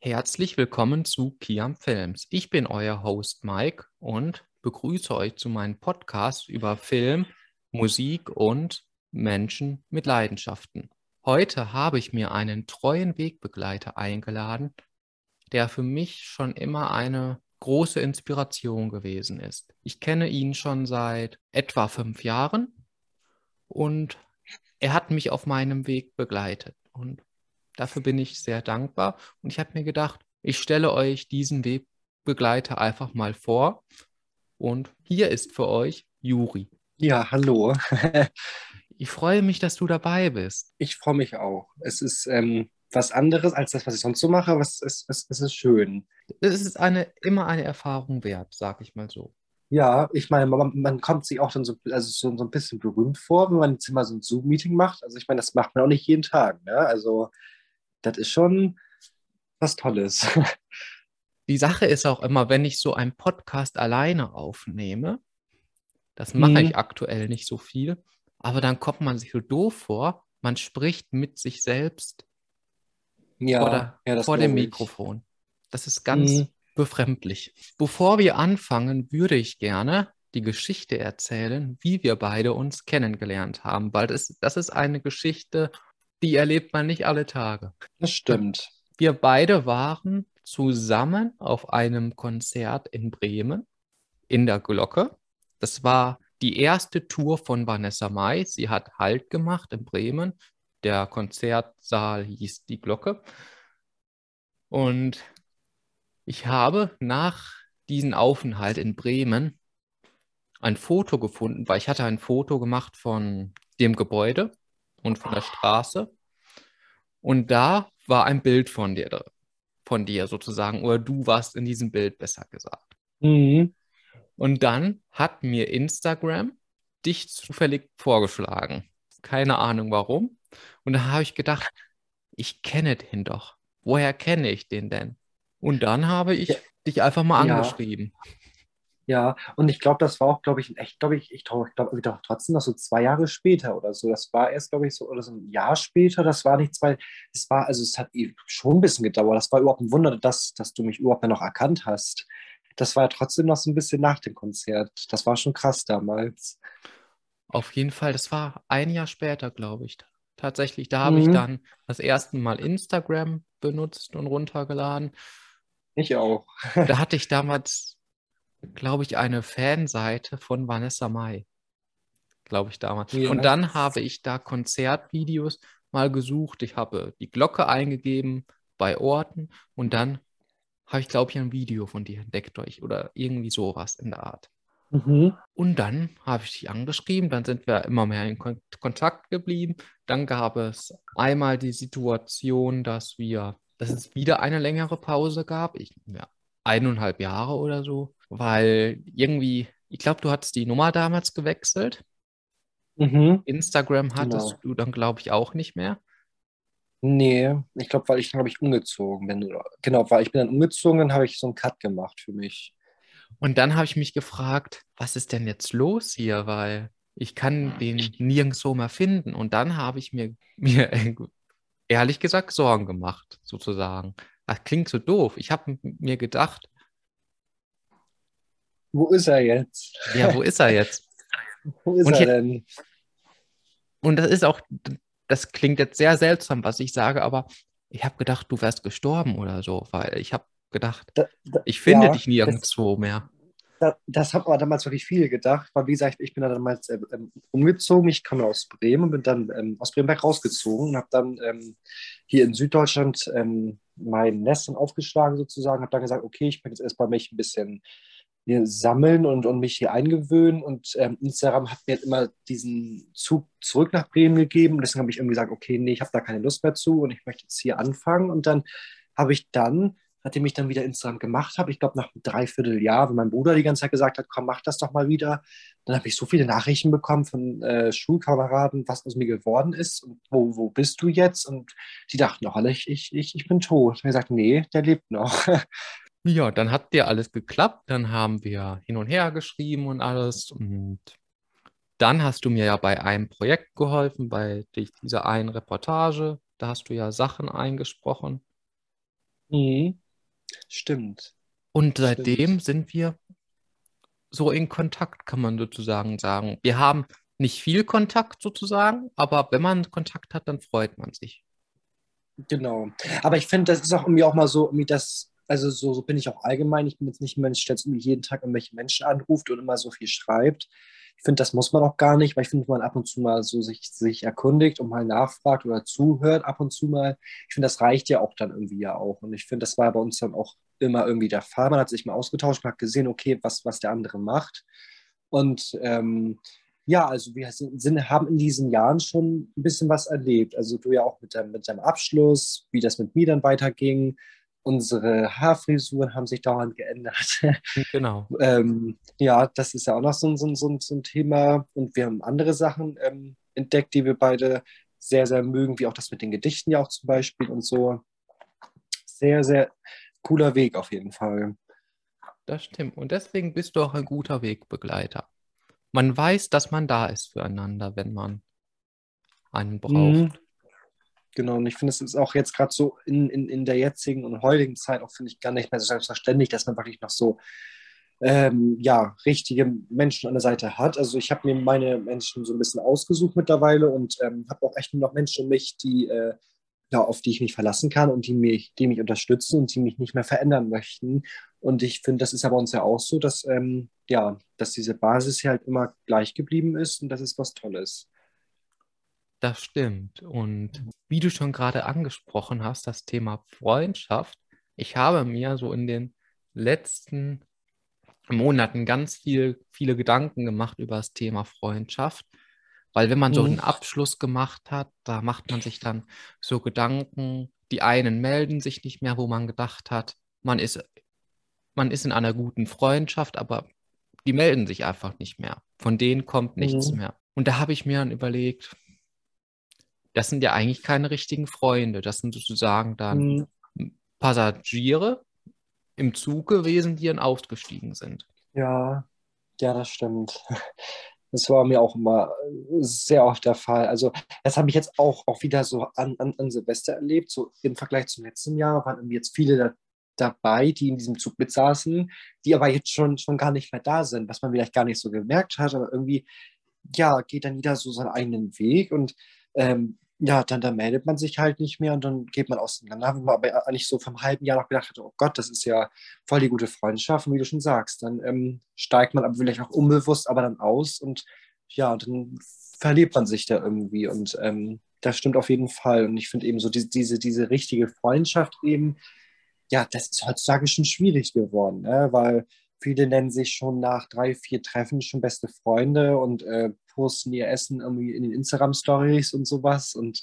Herzlich willkommen zu Kiam Films. Ich bin euer Host Mike und begrüße euch zu meinem Podcast über Film, Musik und Menschen mit Leidenschaften. Heute habe ich mir einen treuen Wegbegleiter eingeladen, der für mich schon immer eine große Inspiration gewesen ist. Ich kenne ihn schon seit etwa 5 Jahren und er hat mich auf meinem Weg begleitet. Und dafür bin ich sehr dankbar. Und ich habe mir gedacht, ich stelle euch diesen Wegbegleiter einfach mal vor. Und hier ist für euch Juri. Ja, hallo. Ich freue mich, dass du dabei bist. Ich freue mich auch. Es ist was anderes als das, was ich sonst so mache, aber es ist schön. Es ist immer eine Erfahrung wert, sag ich mal so. Ja, ich meine, man kommt sich auch dann so ein bisschen berühmt vor, wenn man jetzt immer so ein Zoom-Meeting macht. Also ich meine, das macht man auch nicht jeden Tag, ne? Also das ist schon was Tolles. Die Sache ist auch immer, wenn ich so einen Podcast alleine aufnehme, das mache Hm, ich aktuell nicht so viel, aber dann kommt man sich so doof vor, man spricht mit sich selbst ja, ja, das vor dem glaube ich. Mikrofon. Das ist Hm, ganz befremdlich. Bevor wir anfangen, würde ich gerne die Geschichte erzählen, wie wir beide uns kennengelernt haben, weil das ist eine Geschichte, die erlebt man nicht alle Tage. das stimmt. Wir beide waren zusammen auf einem Konzert in Bremen in der Glocke. Das war die erste Tour von Vanessa Mai. Sie hat Halt gemacht in Bremen. Der Konzertsaal hieß Die Glocke. Und ich habe nach diesem Aufenthalt in Bremen ein Foto gefunden, weil ich hatte ein Foto gemacht von dem Gebäude und von der Straße. Und da war ein Bild von dir sozusagen, oder du warst in diesem Bild, besser gesagt. Hm, Und dann hat mir Instagram dich zufällig vorgeschlagen. Keine Ahnung warum. Und da habe ich gedacht, ich kenne den doch. Woher kenne ich den denn? Und dann habe ja, ich dich einfach mal ja. angeschrieben. Ja, und ich glaube, das war auch, glaube ich, echt, glaube doch trotzdem noch so 2 Jahre später oder so. Das war erst, glaube ich, so, oder so ein Jahr später. Das war nicht es war, also es hat schon ein bisschen gedauert. Das war überhaupt ein Wunder, dass du mich überhaupt noch erkannt hast. Das war ja trotzdem noch so ein bisschen nach dem Konzert. Das war schon krass damals. Auf jeden Fall, das war ein Jahr später, glaube ich. Tatsächlich, da habe ich Mhm, dann das erste Mal Instagram benutzt und runtergeladen. ich auch. Da hatte ich damals, glaube ich, eine Fanseite von Vanessa Mai, glaube ich damals. Und Ja. dann habe ich da Konzertvideos mal gesucht. Ich habe die Glocke eingegeben bei Orten und dann habe ich, glaube ich, ein Video von dir entdeckt oder irgendwie sowas in der Art. Mhm. Und dann habe ich dich angeschrieben, dann sind wir immer mehr in Kontakt geblieben. Dann gab es einmal die Situation, dass es wieder eine längere Pause gab. Ja, 1,5 Jahre oder so, weil irgendwie, ich glaube, du hattest die Nummer damals gewechselt. Mhm. Instagram hattest Genau. du dann, glaube ich, auch nicht mehr. Nee, ich glaube, weil ich, glaube ich, umgezogen bin. Genau, weil ich bin dann umgezogen, dann habe ich so einen Cut gemacht für mich. Und dann habe ich mich gefragt, was ist denn jetzt los hier? Weil ich kann den nirgendwo mehr finden. Und dann habe ich mir ehrlich gesagt Sorgen gemacht, sozusagen. Das klingt so doof. Ich habe mir gedacht, Wo ist er jetzt? ja, wo ist er jetzt? Wo ist Und er ich, denn? und das ist auch, das klingt jetzt sehr seltsam, was ich sage, aber ich habe gedacht, du wärst gestorben oder so, weil ich habe gedacht, ich finde Ja, dich nirgendwo mehr. das haben aber damals wirklich viele gedacht, weil wie gesagt, ich bin da damals umgezogen. Ich komme aus Bremen und bin dann aus Bremenberg rausgezogen und habe dann hier in Süddeutschland mein Nest dann aufgeschlagen sozusagen, habe dann gesagt, okay, ich möchte jetzt erstmal mich ein bisschen hier sammeln und mich hier eingewöhnen und Instagram hat mir halt immer diesen Zug zurück nach Bremen gegeben und deswegen habe ich irgendwie gesagt, okay, nee, ich habe da keine Lust mehr zu und ich möchte jetzt hier anfangen und dann habe ich dann nachdem ich dann wieder Instagram gemacht habe, ich glaube nach einem Dreivierteljahr, wenn mein Bruder die ganze Zeit gesagt hat, komm, mach das doch mal wieder, dann habe ich so viele Nachrichten bekommen von Schulkameraden, was aus mir geworden ist und wo bist du jetzt? Und die dachten doch alle, ich bin tot. Und ich habe gesagt, nee, der lebt noch. Ja, dann hat dir alles geklappt, dann haben wir hin und her geschrieben und alles. Und dann hast du mir ja bei einem Projekt geholfen, bei dieser einen Reportage. Da hast du ja Sachen eingesprochen. Mhm. Stimmt, Und seitdem stimmt. sind wir so in Kontakt, kann man sozusagen sagen. Wir haben nicht viel Kontakt sozusagen, aber wenn man Kontakt hat, dann freut man sich. Genau. Aber ich finde, das ist auch irgendwie auch mal so, irgendwie das, also so bin ich auch allgemein. Ich bin jetzt nicht ein Mensch, der jetzt irgendwie jeden Tag irgendwelche Menschen anruft und immer so viel schreibt. Ich finde, das muss man auch gar nicht, weil ich finde, wenn man ab und zu mal so sich erkundigt und mal nachfragt oder zuhört, ab und zu mal, ich finde, das reicht ja auch dann irgendwie ja auch. Und ich finde, das war bei uns dann auch immer irgendwie der Fall. Man hat sich mal ausgetauscht, man hat gesehen, okay, was der andere macht. Und ja, also wir haben in diesen Jahren schon ein bisschen was erlebt. Also du ja auch mit deinem Abschluss, wie das mit mir dann weiterging. Unsere Haarfrisuren haben sich dauernd geändert. Genau. Ja, das ist ja auch noch so ein Thema. Und wir haben andere Sachen entdeckt, die wir beide sehr, sehr mögen, wie auch das mit den Gedichten ja auch zum Beispiel und so. Sehr, sehr cooler Weg auf jeden Fall. Das stimmt. Und deswegen bist du auch ein guter Wegbegleiter. Man weiß, dass man da ist füreinander, wenn man einen Mhm. braucht. Genau, und ich finde, es ist auch jetzt gerade so in der jetzigen und heutigen Zeit auch, finde ich, gar nicht mehr so selbstverständlich, dass man wirklich noch so, ja, richtige Menschen an der Seite hat. Also ich habe mir meine Menschen so ein bisschen ausgesucht mittlerweile und habe auch echt nur noch Menschen um mich, die, ja, auf die ich mich verlassen kann und die mich unterstützen und die mich nicht mehr verändern möchten. Und ich finde, das ist ja bei uns ja auch so, dass, ja, dass diese Basis hier halt immer gleich geblieben ist und das ist was Tolles. Das stimmt. Und wie du schon gerade angesprochen hast, das Thema Freundschaft. Ich habe mir so in den letzten Monaten ganz viele Gedanken gemacht über das Thema Freundschaft. Weil wenn man so einen Mhm. Abschluss gemacht hat, da macht man sich dann so Gedanken, die einen melden sich nicht mehr, wo man gedacht hat, man ist in einer guten Freundschaft, aber die melden sich einfach nicht mehr. Von denen kommt nichts Mhm. mehr. Und da habe ich mir dann überlegt, das sind ja eigentlich keine richtigen Freunde. Das sind sozusagen dann Mhm. Passagiere im Zug gewesen, die dann ausgestiegen sind. Ja, ja, das stimmt. Das war mir auch immer sehr oft der Fall. Also, das habe ich jetzt auch wieder so an Silvester erlebt. So im Vergleich zum letzten Jahr waren irgendwie jetzt viele dabei, die in diesem Zug mitsaßen, die aber jetzt schon gar nicht mehr da sind, was man vielleicht gar nicht so gemerkt hat, aber irgendwie ja, geht dann jeder so seinen eigenen Weg und ja, dann meldet man sich halt nicht mehr und dann geht man auseinander. Wo man aber eigentlich so vom halben Jahr noch gedacht hatte, oh Gott, das ist ja voll die gute Freundschaft. Und wie du schon sagst, dann steigt man aber vielleicht auch unbewusst aber dann aus und ja, dann verliebt man sich da irgendwie und das stimmt auf jeden Fall. Und ich finde eben so diese richtige Freundschaft eben, ja, das ist heutzutage schon schwierig geworden, ne? Weil viele nennen sich schon nach 3, 4 Treffen schon beste Freunde und posten ihr Essen irgendwie in den Instagram-Stories und sowas und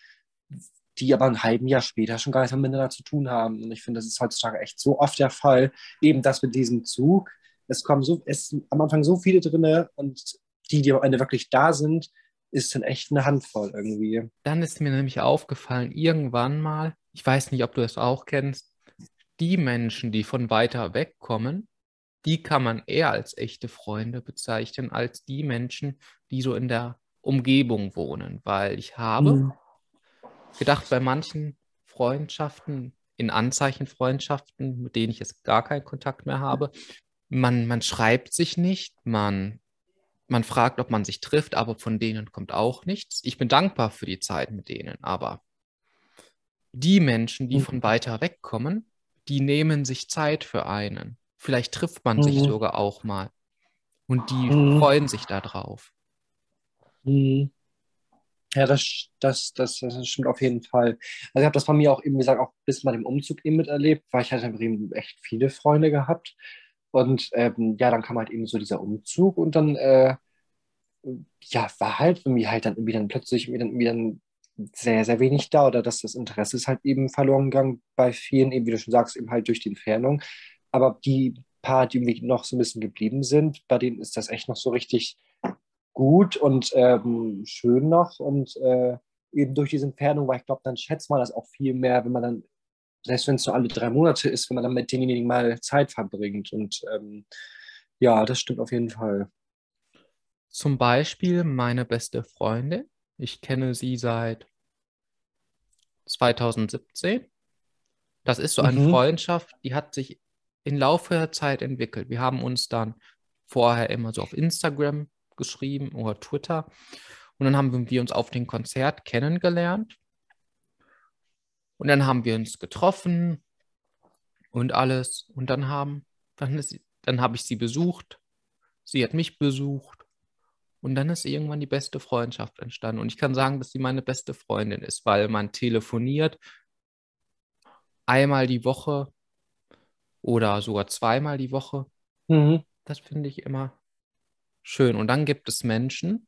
die aber ein halben Jahr später schon gar nichts mehr miteinander zu tun haben. Und ich finde, das ist heutzutage echt so oft der Fall. Eben das mit diesem Zug. Es sind am Anfang so viele drinne und die am Ende wirklich da sind, ist dann echt eine Handvoll irgendwie. Dann ist mir nämlich aufgefallen, irgendwann mal, ich weiß nicht, ob du es auch kennst, die Menschen, die von weiter weg kommen, die kann man eher als echte Freunde bezeichnen, als die Menschen, die so in der Umgebung wohnen. Weil ich habe Mhm. gedacht, bei manchen Freundschaften, in Anzeichen Freundschaften, mit denen ich jetzt gar keinen Kontakt mehr habe, man schreibt sich nicht, man fragt, ob man sich trifft, aber von denen kommt auch nichts. Ich bin dankbar für die Zeit mit denen, aber die Menschen, die von weiter weg kommen, die nehmen sich Zeit für einen. Vielleicht trifft man sich Mhm. sogar auch mal und die Mhm. freuen sich darauf. Mhm. Ja, das stimmt auf jeden Fall. Also ich habe das von mir auch eben wie gesagt, auch bis bei dem Umzug eben miterlebt, weil ich hatte in Bremen echt viele Freunde gehabt. Und ja, dann kam halt eben so dieser Umzug und dann ja, war halt irgendwie halt dann irgendwie dann plötzlich irgendwie dann sehr, sehr wenig da oder dass das Interesse ist halt eben verloren gegangen bei vielen, eben wie du schon sagst, eben halt durch die Entfernung. Aber die paar, die irgendwie noch so ein bisschen geblieben sind, bei denen ist das echt noch so richtig gut und schön noch und eben durch diese Entfernung, weil ich glaube, dann schätzt man das auch viel mehr, wenn man dann, selbst wenn es nur alle 3 Monate ist, wenn man dann mit denjenigen mal Zeit verbringt und ja, das stimmt auf jeden Fall. Zum Beispiel meine beste Freundin. Ich kenne sie seit 2017 Das ist so eine Mhm. Freundschaft, die hat sich im Laufe der Zeit entwickelt. Wir haben uns dann vorher immer so auf Instagram geschrieben oder Twitter und dann haben wir uns auf dem Konzert kennengelernt und dann haben wir uns getroffen und alles und dann habe ich sie besucht, sie hat mich besucht und dann ist irgendwann die beste Freundschaft entstanden und ich kann sagen, dass sie meine beste Freundin ist, weil man telefoniert einmal die Woche oder sogar zweimal die Woche. Mhm. Das finde ich immer schön. Und dann gibt es Menschen,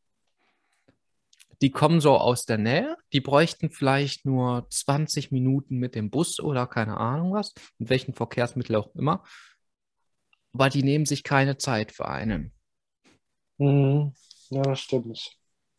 die kommen so aus der Nähe, die bräuchten vielleicht nur 20 Minuten mit dem Bus oder keine Ahnung was, mit welchen Verkehrsmitteln auch immer, aber die nehmen sich keine Zeit für einen. Mhm. Ja, das stimmt.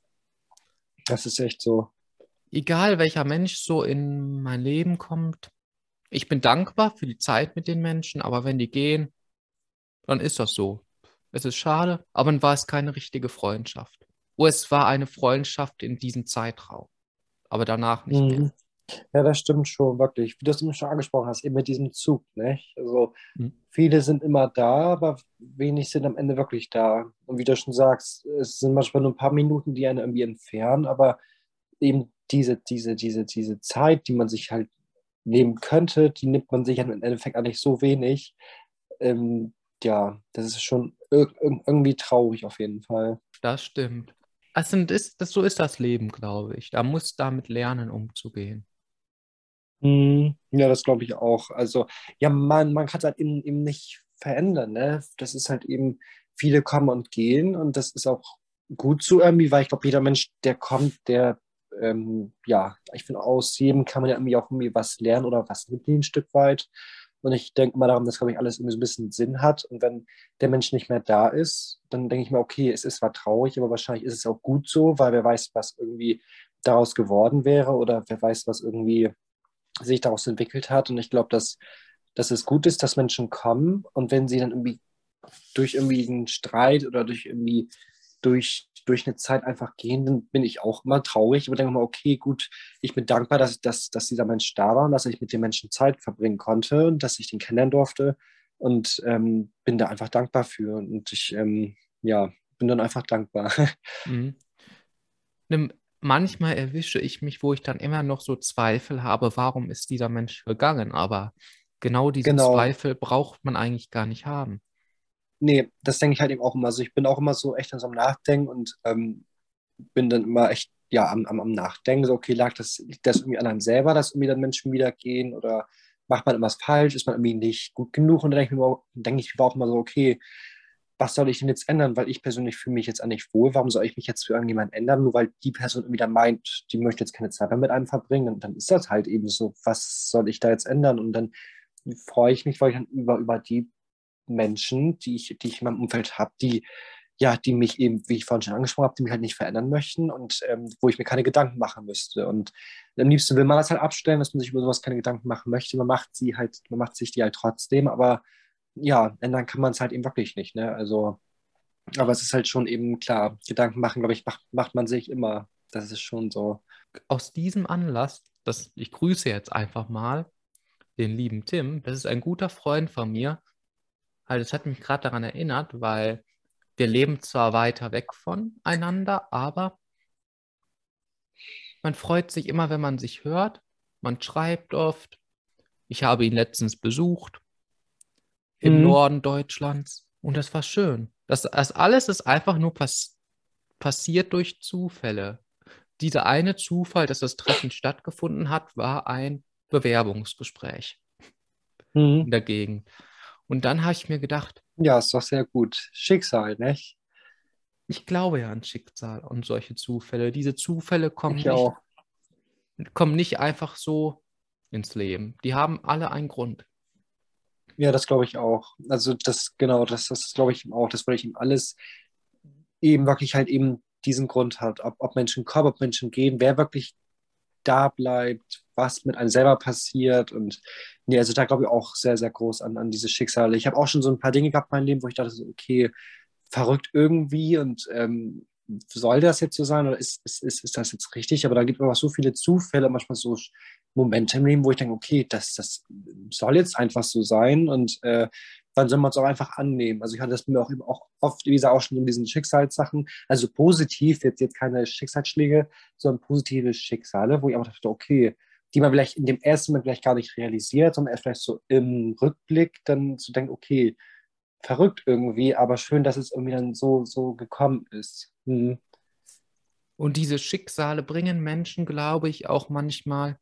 Das ist echt so. Egal welcher Mensch so in mein Leben kommt, ich bin dankbar für die Zeit mit den Menschen, aber wenn die gehen, dann ist das so. Es ist schade, aber dann war es keine richtige Freundschaft. Oder es war eine Freundschaft in diesem Zeitraum, aber danach nicht mehr. Mhm. Ja, das stimmt schon, wirklich. Wie du es eben schon angesprochen hast, eben mit diesem Zug, ne? Also Hm. viele sind immer da, aber wenig sind am Ende wirklich da. Und wie du schon sagst, es sind manchmal nur ein paar Minuten, die einen irgendwie entfernen, aber eben diese Zeit, die man sich halt nehmen könnte, die nimmt man sich halt im Endeffekt eigentlich so wenig. Ähm, ja, das ist schon irgendwie traurig auf jeden Fall. Das stimmt. So ist das Leben, glaube ich. Da muss damit lernen, umzugehen. Ja, das glaube ich auch. Also, ja, man kann es halt eben nicht verändern, ne? Das ist halt eben, viele kommen und gehen und das ist auch gut so irgendwie, weil ich glaube, jeder Mensch, der kommt, ja, ich finde, aus jedem kann man ja irgendwie auch irgendwie was lernen oder was mitnehmen, ein Stück weit. Und ich denke mal daran, dass, glaube ich, alles irgendwie so ein bisschen Sinn hat. Und wenn der Mensch nicht mehr da ist, dann denke ich mir, okay, es ist zwar traurig, aber wahrscheinlich ist es auch gut so, weil wer weiß, was irgendwie daraus geworden wäre oder wer weiß, was irgendwie sich daraus entwickelt hat. Und ich glaube, dass es gut ist, dass Menschen kommen und wenn sie dann irgendwie durch irgendwie einen Streit oder durch eine Zeit einfach gehen, dann bin ich auch immer traurig. Aber denke mal, okay, gut, ich bin dankbar, dass dieser Mensch da war und dass ich mit dem Menschen Zeit verbringen konnte und dass ich den kennenlernen durfte und bin da einfach dankbar für. Und ja, bin dann einfach dankbar. Mhm. Manchmal erwische ich mich, wo ich dann immer noch so Zweifel habe, warum ist dieser Mensch gegangen? Aber genau diese Genau. Zweifel braucht man eigentlich gar nicht haben. Nee, das denke ich halt eben auch immer. Also ich bin auch immer so echt an so einem Nachdenken und bin dann immer echt ja, am Nachdenken. So, okay, liegt das irgendwie an einem selber, dass irgendwie dann Menschen wieder gehen oder macht man irgendwas falsch? Ist man irgendwie nicht gut genug? Und dann denke ich mir auch immer so, okay, was soll ich denn jetzt ändern? Weil ich persönlich fühle mich jetzt auch nicht wohl. Warum soll ich mich jetzt für irgendjemanden ändern? Nur weil die Person irgendwie dann meint, die möchte jetzt keine Zeit mehr mit einem verbringen. Und dann ist das halt eben so. Was soll ich da jetzt ändern? Und dann freue ich mich, weil ich dann über die Menschen, die ich in meinem Umfeld habe, die mich eben, wie ich vorhin schon angesprochen habe, die mich halt nicht verändern möchten und wo ich mir keine Gedanken machen müsste. Und am liebsten will man das halt abstellen, dass man sich über sowas keine Gedanken machen möchte. Man macht sich die halt trotzdem, aber ja, ändern kann man es halt eben wirklich nicht, ne? Also, aber es ist halt schon eben klar, Gedanken machen, glaube ich, macht man sich immer. Das ist schon so. Aus diesem Anlass, ich grüße jetzt einfach mal den lieben Tim, das ist ein guter Freund von mir. Also es hat mich gerade daran erinnert, weil wir leben zwar weiter weg voneinander, aber man freut sich immer, wenn man sich hört. Man schreibt oft. Ich habe ihn letztens besucht im Mhm. Norden Deutschlands und das war schön. Das alles ist einfach nur passiert durch Zufälle. Dieser eine Zufall, dass das Treffen stattgefunden hat, war ein Bewerbungsgespräch Mhm. in der Gegend. Und dann habe ich mir gedacht, Ja, ist doch sehr gut. Schicksal, nicht? ich glaube ja an Schicksal und solche Zufälle. Diese Zufälle Ich auch. kommen nicht einfach so ins Leben. Die haben alle einen Grund. Ja, das glaube ich auch. Also genau, das glaube ich ihm auch. Das würde ich ihm alles eben wirklich halt eben diesen Grund hat. Ob Menschen kommen, ob Menschen gehen, wer wirklich da bleibt, was mit einem selber passiert. Und nee, also da glaube ich auch sehr, sehr groß an diese Schicksale. Ich habe auch schon so ein paar Dinge gehabt in meinem Leben, wo ich dachte, so, okay, verrückt irgendwie und soll das jetzt so sein oder ist das jetzt richtig? Aber da gibt es einfach so viele Zufälle, manchmal so Momente im Leben, wo ich denke, okay, das soll jetzt einfach so sein und dann soll man es auch einfach annehmen. Also ich hatte das mir auch eben auch oft, wie gesagt, auch schon in diesen Schicksalssachen, also positiv, jetzt keine Schicksalsschläge, sondern positive Schicksale, wo ich auch dachte, okay, die man vielleicht in dem ersten Moment vielleicht gar nicht realisiert, sondern erst vielleicht so im Rückblick dann zu denken, okay, verrückt irgendwie, aber schön, dass es irgendwie dann so gekommen ist. Mhm. Und diese Schicksale bringen Menschen, glaube ich, auch manchmal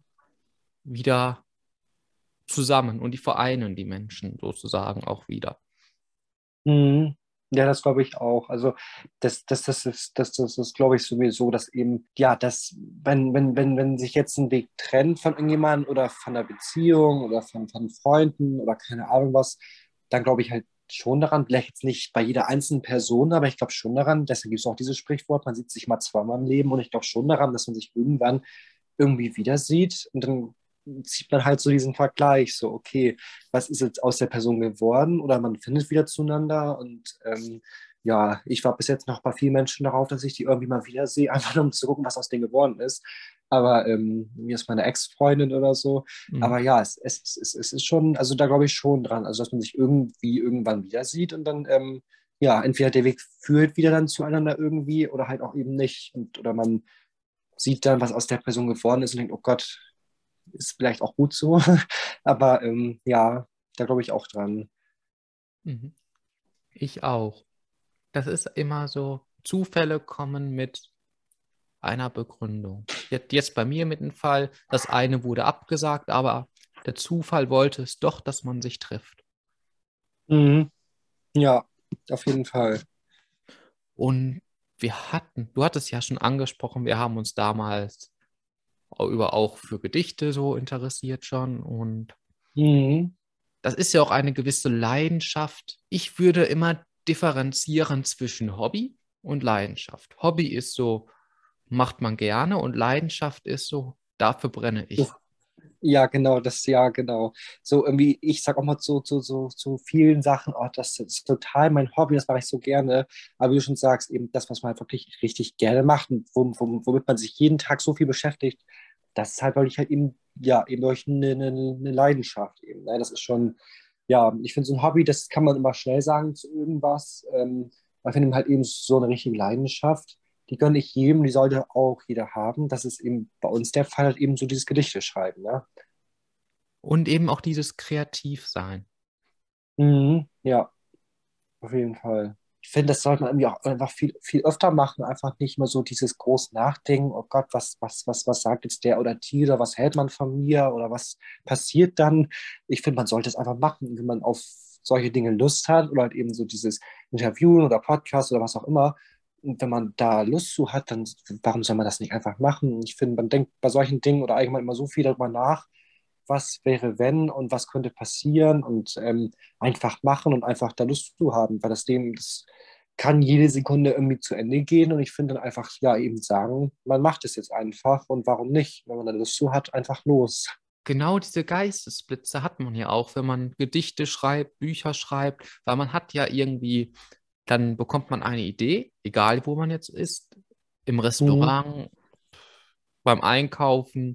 wieder zusammen und die vereinen die Menschen sozusagen auch wieder. Mhm. Ja, das glaube ich auch. Also das ist, glaube ich, sowieso, dass eben, ja, dass, wenn sich jetzt ein Weg trennt von irgendjemandem oder von einer Beziehung oder von Freunden oder keine Ahnung was, dann glaube ich halt schon daran, vielleicht jetzt nicht bei jeder einzelnen Person, aber ich glaube schon daran, deswegen gibt es auch dieses Sprichwort, man sieht sich mal zweimal im Leben und ich glaube schon daran, dass man sich irgendwann irgendwie wieder sieht und dann zieht man halt so diesen Vergleich, so, okay, was ist jetzt aus der Person geworden oder man findet wieder zueinander und ja, ich war bis jetzt noch bei vielen Menschen darauf, dass ich die irgendwie mal wiedersehe, einfach nur um zu gucken, was aus denen geworden ist. Aber mir ist meine Ex-Freundin oder so. Mhm. Aber ja, es ist schon, also da glaube ich schon dran, also dass man sich irgendwie irgendwann wieder sieht und dann, ja, entweder der Weg führt wieder dann zueinander irgendwie oder halt auch eben nicht. Oder man sieht dann, was aus der Person geworden ist und denkt, oh Gott, ist vielleicht auch gut so. Aber ja, da glaube ich auch dran. Mhm. Ich auch. Das ist immer so, Zufälle kommen mit einer Begründung. Jetzt bei mir mit dem Fall, das eine wurde abgesagt, aber der Zufall wollte es doch, dass man sich trifft. Mhm. Ja, auf jeden Fall. Und du hattest ja schon angesprochen, wir haben uns damals auch für Gedichte so interessiert schon. Und Mhm. das ist ja auch eine gewisse Leidenschaft. Ich würde immer differenzieren zwischen Hobby und Leidenschaft. Hobby ist so, macht man gerne und Leidenschaft ist so, dafür brenne ich. Ja, genau, ja, genau. So irgendwie, ich sag auch mal zu vielen Sachen, oh, das ist total mein Hobby, das mache ich so gerne. Aber wie du schon sagst, eben das, was man halt wirklich richtig gerne macht und womit man sich jeden Tag so viel beschäftigt, das ist halt wirklich halt eben, ja, eben durch eine Leidenschaft eben. Ne? Das ist schon, ja, ich finde so ein Hobby, das kann man immer schnell sagen zu irgendwas. Man findet halt eben so eine richtige Leidenschaft, die gönne ich jedem, die sollte auch jeder haben. Das ist eben bei uns der Fall, halt eben so dieses Gedichte schreiben, ne? Und eben auch dieses Kreativsein. Mhm, ja, auf jeden Fall. Ich finde, das sollte man irgendwie auch einfach viel öfter machen, einfach nicht immer so dieses groß Nachdenken, oh Gott, was sagt jetzt der oder die oder was hält man von mir oder was passiert dann? Ich finde, man sollte es einfach machen, wenn man auf solche Dinge Lust hat oder halt eben so dieses Interviewen oder Podcast oder was auch immer. Und wenn man da Lust zu hat, dann warum soll man das nicht einfach machen? Ich finde, man denkt bei solchen Dingen oder allgemein immer so viel darüber nach, was wäre wenn und was könnte passieren und einfach machen und einfach da Lust zu haben, weil das Leben, das kann jede Sekunde irgendwie zu Ende gehen und ich finde dann einfach, ja, eben sagen, man macht es jetzt einfach und warum nicht? Wenn man da Lust zu hat, einfach los. Genau diese Geistesblitze hat man ja auch, wenn man Gedichte schreibt, Bücher schreibt, weil man hat ja irgendwie, dann bekommt man eine Idee, egal wo man jetzt ist, im Mhm. Restaurant, beim Einkaufen,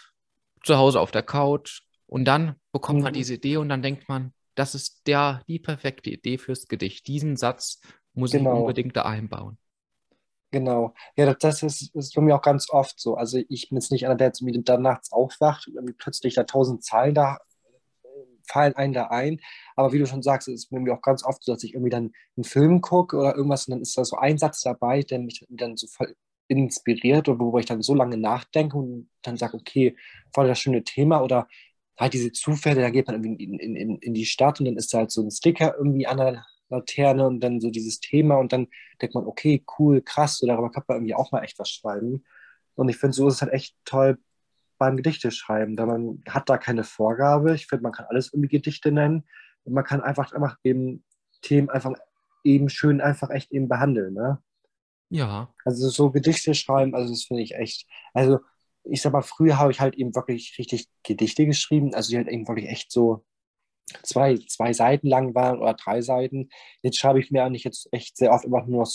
zu Hause auf der Couch und dann bekommt man Mhm. diese Idee und dann denkt man, das ist die perfekte Idee fürs Gedicht. Diesen Satz muss ich Genau, unbedingt da einbauen. genau. Ja, ist bei mir auch ganz oft so. Also ich bin jetzt nicht einer, der jetzt irgendwie dann nachts aufwacht und irgendwie plötzlich da 1000 Zeilen da fallen einem da ein. Aber wie du schon sagst, es ist mir auch ganz oft so, dass ich irgendwie dann einen Film gucke oder irgendwas und dann ist da so ein Satz dabei, der mich dann so voll inspiriert und worüber ich dann so lange nachdenke und dann sage, okay, voll das schöne Thema oder halt diese Zufälle, da geht man irgendwie in die Stadt und dann ist da halt so ein Sticker irgendwie an der Laterne und dann so dieses Thema und dann denkt man, okay, cool, krass, so darüber kann man irgendwie auch mal echt was schreiben. Und ich finde, so ist es halt echt toll, beim Gedichte schreiben, da man hat da keine Vorgabe. Ich finde, man kann alles irgendwie Gedichte nennen und man kann einfach eben Themen einfach eben schön einfach echt eben behandeln, ne? Ja, Also so Gedichte schreiben, also das finde ich echt, also ich sag mal, früher habe ich halt eben wirklich richtig Gedichte geschrieben, also die halt eben wirklich echt so zwei Seiten lang waren oder 3 Seiten. Jetzt schreibe ich mir eigentlich jetzt echt sehr oft immer nur noch so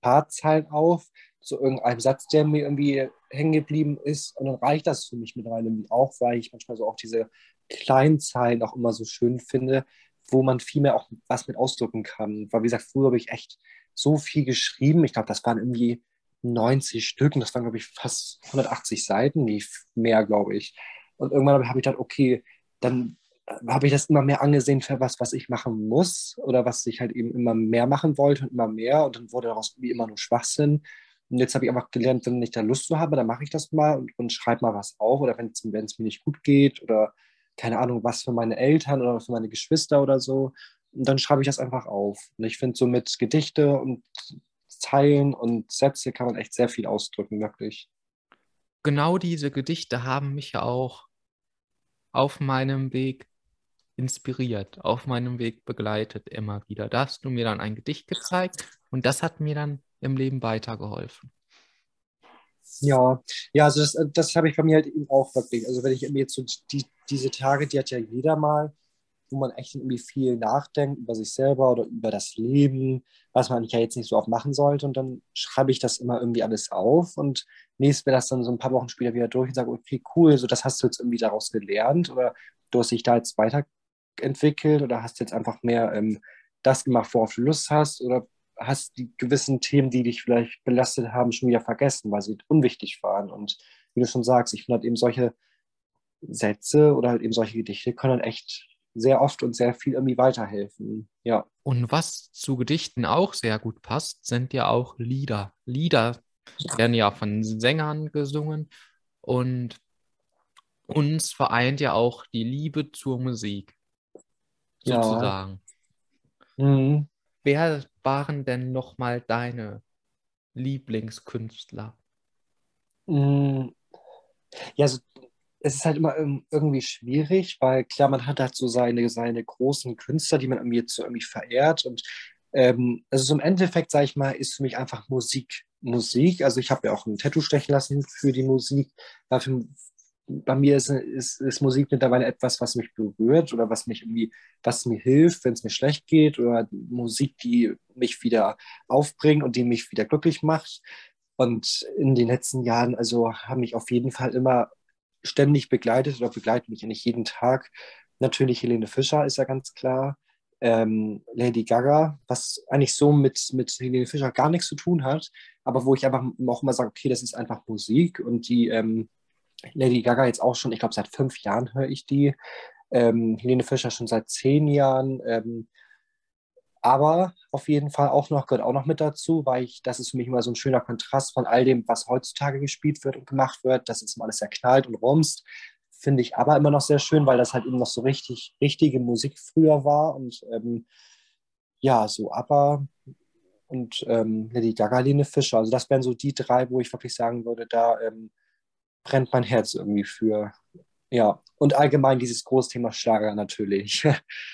paar Zeilen auf, zu irgendeinem Satz, der mir irgendwie hängen geblieben ist. Und dann reicht das für mich mittlerweile irgendwie auch, weil ich manchmal so auch diese kleinen Zeilen auch immer so schön finde, wo man viel mehr auch was mit ausdrücken kann. Weil, wie gesagt, früher habe ich echt so viel geschrieben. Ich glaube, das waren irgendwie 90 Stück und das waren, glaube ich, fast 180 Seiten, nie mehr, glaube ich. Und irgendwann habe ich gedacht, okay, dann habe ich das immer mehr angesehen für was ich machen muss oder was ich halt eben immer mehr machen wollte und immer mehr und dann wurde daraus irgendwie immer nur Schwachsinn. Und jetzt habe ich einfach gelernt, wenn ich da Lust zu habe, dann mache ich das mal und schreibe mal was auf oder wenn es mir nicht gut geht oder keine Ahnung, was für meine Eltern oder für meine Geschwister oder so. Und dann schreibe ich das einfach auf. Und ich finde, so mit Gedichte und Zeilen und Sätze kann man echt sehr viel ausdrücken, wirklich. Genau diese Gedichte haben mich ja auch auf meinem Weg inspiriert, auf meinem Weg begleitet immer wieder. Da hast du mir dann ein Gedicht gezeigt und das hat mir dann im Leben weitergeholfen. Ja, ja, also das habe ich bei mir halt eben auch wirklich. Also wenn ich mir jetzt so diese Tage, die hat ja jeder mal, wo man echt irgendwie viel nachdenkt über sich selber oder über das Leben, was man ja jetzt nicht so oft machen sollte. Und dann schreibe ich das immer irgendwie alles auf und lese mir das dann so ein paar Wochen später wieder durch und sage, okay, cool, so das hast du jetzt irgendwie daraus gelernt oder du hast dich da jetzt weiterentwickelt oder hast jetzt einfach mehr das gemacht, worauf du Lust hast oder hast die gewissen Themen, die dich vielleicht belastet haben, schon wieder vergessen, weil sie unwichtig waren. Und wie du schon sagst, ich finde halt eben solche Sätze oder halt eben solche Gedichte können dann echt sehr oft und sehr viel irgendwie weiterhelfen. Ja, Und was zu Gedichten auch sehr gut passt, sind ja auch Lieder. Lieder werden ja von Sängern gesungen und uns vereint ja auch die Liebe zur Musik, ja. sozusagen. Mhm. Wer waren denn nochmal deine Lieblingskünstler? Mhm. Ja, also, es ist halt immer irgendwie schwierig, weil klar, man hat halt so seine großen Künstler, die man irgendwie jetzt so irgendwie verehrt. Und also so im Endeffekt, sage ich mal, ist für mich einfach Musik Musik. Also ich habe ja auch ein Tattoo stechen lassen für die Musik. Dafür, bei mir ist Musik mittlerweile etwas, was mich berührt oder was mich irgendwie, was mir hilft, wenn es mir schlecht geht oder Musik, die mich wieder aufbringt und die mich wieder glücklich macht. Und in den letzten Jahren, also haben mich auf jeden Fall immer ständig begleitet oder begleitet mich eigentlich jeden Tag. Natürlich Helene Fischer ist ja ganz klar. Lady Gaga, was eigentlich so mit Helene Fischer gar nichts zu tun hat, aber wo ich einfach auch immer sage, okay, das ist einfach Musik und die Lady Gaga jetzt auch schon, ich glaube, seit 5 Jahren höre ich die. Helene Fischer schon seit 10 Jahren. Aber auf jeden Fall auch noch, gehört auch noch mit dazu, weil das ist für mich immer so ein schöner Kontrast von all dem, was heutzutage gespielt wird und gemacht wird. Das ist immer alles sehr knallt und rumst. Finde ich aber immer noch sehr schön, weil das halt eben noch so richtige Musik früher war. Und ja, so ABBA und Lady Gaga, Helene Fischer. Also das wären so die drei, wo ich wirklich sagen würde, da brennt mein Herz irgendwie für. Ja, und allgemein dieses Großthema Schlager natürlich.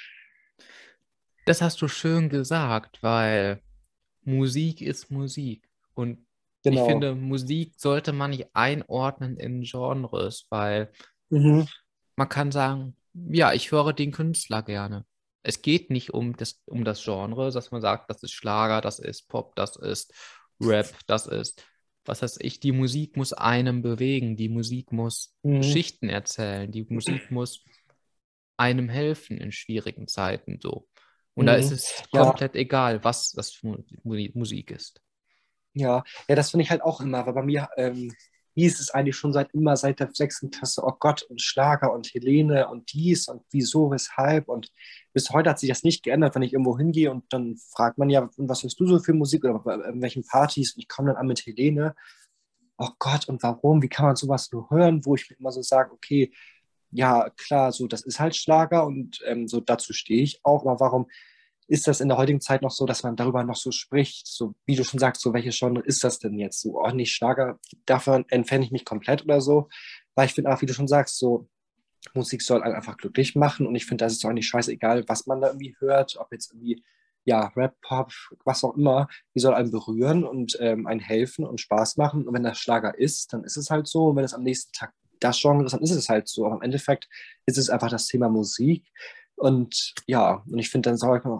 Das hast du schön gesagt, weil Musik ist Musik. Und ich Genau. finde, Musik sollte man nicht einordnen in Genres, weil Mhm. man kann sagen, ja, ich höre den Künstler gerne. Es geht nicht um das Genre, dass man sagt, das ist Schlager, das ist Pop, das ist Rap, das ist, was weiß ich, die Musik muss einem bewegen, die Musik muss Mhm. Geschichten erzählen, die Musik muss einem helfen in schwierigen Zeiten so. Und da ist Mhm. es Ja, komplett egal, was das für Musik ist. ja, ja, das finde ich halt auch immer, weil bei mir hieß es eigentlich schon seit immer, seit der 6. Klasse, oh Gott, und Schlager und Helene und dies und wieso, weshalb. Und bis heute hat sich das nicht geändert, wenn ich irgendwo hingehe und dann fragt man ja, und was hörst du so für Musik oder bei irgendwelchen Partys? Und ich komme dann an mit Helene. Oh Gott, und warum? Wie kann man sowas nur hören? Wo ich mir immer so sage, okay, ja, klar, so, das ist halt Schlager und so dazu stehe ich auch, aber warum ist das in der heutigen Zeit noch so, dass man darüber noch so spricht? So, wie du schon sagst, so welche Genre ist das denn jetzt? So, oh, nicht Schlager, davon entferne ich mich komplett oder so. Weil ich finde auch, wie du schon sagst, so Musik soll einen einfach glücklich machen und ich finde, das ist doch eigentlich scheißegal, was man da irgendwie hört, ob jetzt irgendwie, ja, Rap, Pop, was auch immer, die soll einen berühren und einen helfen und Spaß machen. Und wenn das Schlager ist, dann ist es halt so. Und wenn es am nächsten Tag das Genre ist, dann ist es halt so. Aber im Endeffekt ist es einfach das Thema Musik. Und ja, und ich finde, dann soll man auch echt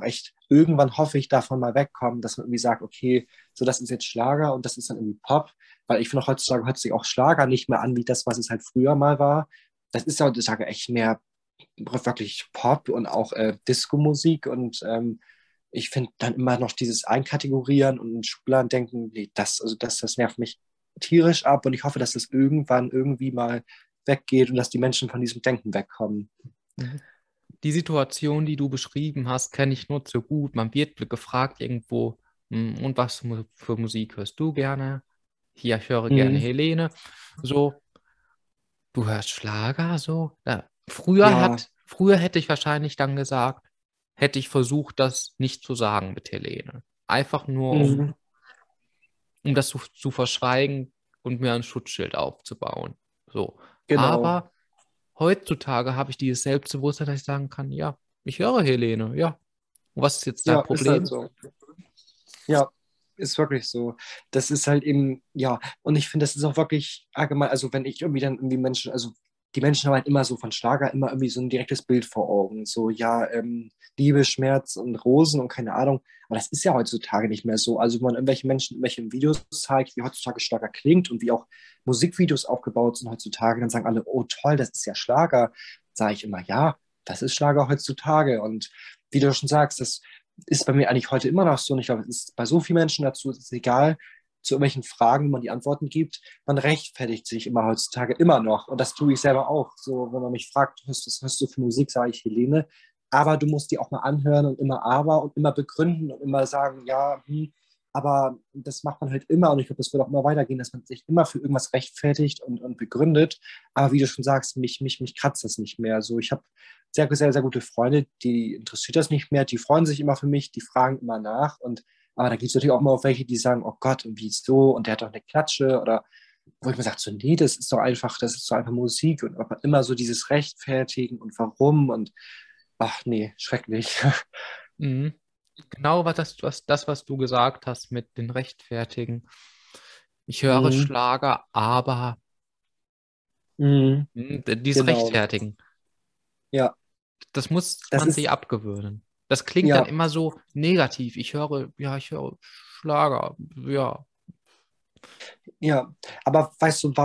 irgendwann hoffe ich davon mal wegkommen, dass man irgendwie sagt, okay, so das ist jetzt Schlager und das ist dann irgendwie Pop, weil ich finde auch heutzutage hört sich auch Schlager nicht mehr an wie das, was es halt früher mal war. Das ist ja heutzutage echt mehr wirklich Pop und auch Disco-Musik und ich finde dann immer noch dieses Einkategorieren und in Schubladen denken, nee, das nervt mich tierisch ab und ich hoffe, dass das irgendwann irgendwie mal weggeht und dass die Menschen von diesem Denken wegkommen. Mhm. Die Situation, die du beschrieben hast, kenne ich nur zu gut. Man wird gefragt irgendwo, und was für Musik hörst du gerne? Hier, ich höre gerne Mhm. Helene. So, du hörst Schlager, so? Ja. Ja, Früher hätte ich wahrscheinlich dann gesagt, hätte ich versucht, das nicht zu sagen mit Helene. Einfach nur, mhm. um das zu verschweigen und mir ein Schutzschild aufzubauen. So. Genau. Aber heutzutage habe ich dieses Selbstbewusstsein, dass ich sagen kann, ja, ich höre Helene, ja. Und was ist jetzt dein Ja, ist halt Problem? so. Ja, ist wirklich so. Das ist halt eben, ja, und ich finde, das ist auch wirklich allgemein, also wenn ich irgendwie dann irgendwie Menschen, also die Menschen haben halt immer so von Schlager immer irgendwie so ein direktes Bild vor Augen. So, ja, Liebe, Schmerz und Rosen und keine Ahnung. Aber das ist ja heutzutage nicht mehr so. Also, wenn man irgendwelche Menschen irgendwelche Videos zeigt, wie heutzutage Schlager klingt und wie auch Musikvideos aufgebaut sind heutzutage, dann sagen alle, oh toll, das ist ja Schlager. Sage ich immer, ja, das ist Schlager heutzutage. Und wie du schon sagst, das ist bei mir eigentlich heute immer noch so. Und ich glaube, es ist bei so vielen Menschen dazu, es ist egal, zu irgendwelchen Fragen, wie man die Antworten gibt, man rechtfertigt sich immer heutzutage immer noch. Und das tue ich selber auch. So, wenn man mich fragt, was hörst du für Musik, sage ich Helene. Aber du musst die auch mal anhören und immer aber und immer begründen und immer sagen, ja, aber das macht man halt immer und ich glaube, das wird auch immer weitergehen, dass man sich immer für irgendwas rechtfertigt und begründet. Aber wie du schon sagst, mich kratzt das nicht mehr. So, ich habe sehr gute Freunde, die interessiert das nicht mehr, die freuen sich immer für mich, die fragen immer nach und aber da gibt es natürlich auch mal auch welche, die sagen, oh Gott, und wie so, und der hat doch eine Klatsche oder wo ich mir sage, so, nee, das ist doch einfach Musik und aber immer so dieses Rechtfertigen und warum und ach nee, schrecklich. Mhm. Genau was du gesagt hast mit den Rechtfertigen. Ich höre Mhm. Schlager, aber Mhm. dieses Genau. Rechtfertigen, Ja, das muss das man sich ist, abgewöhnen. Das klingt dann ja, immer so negativ. Ich höre Schlager, ja. ja. Aber weißt du,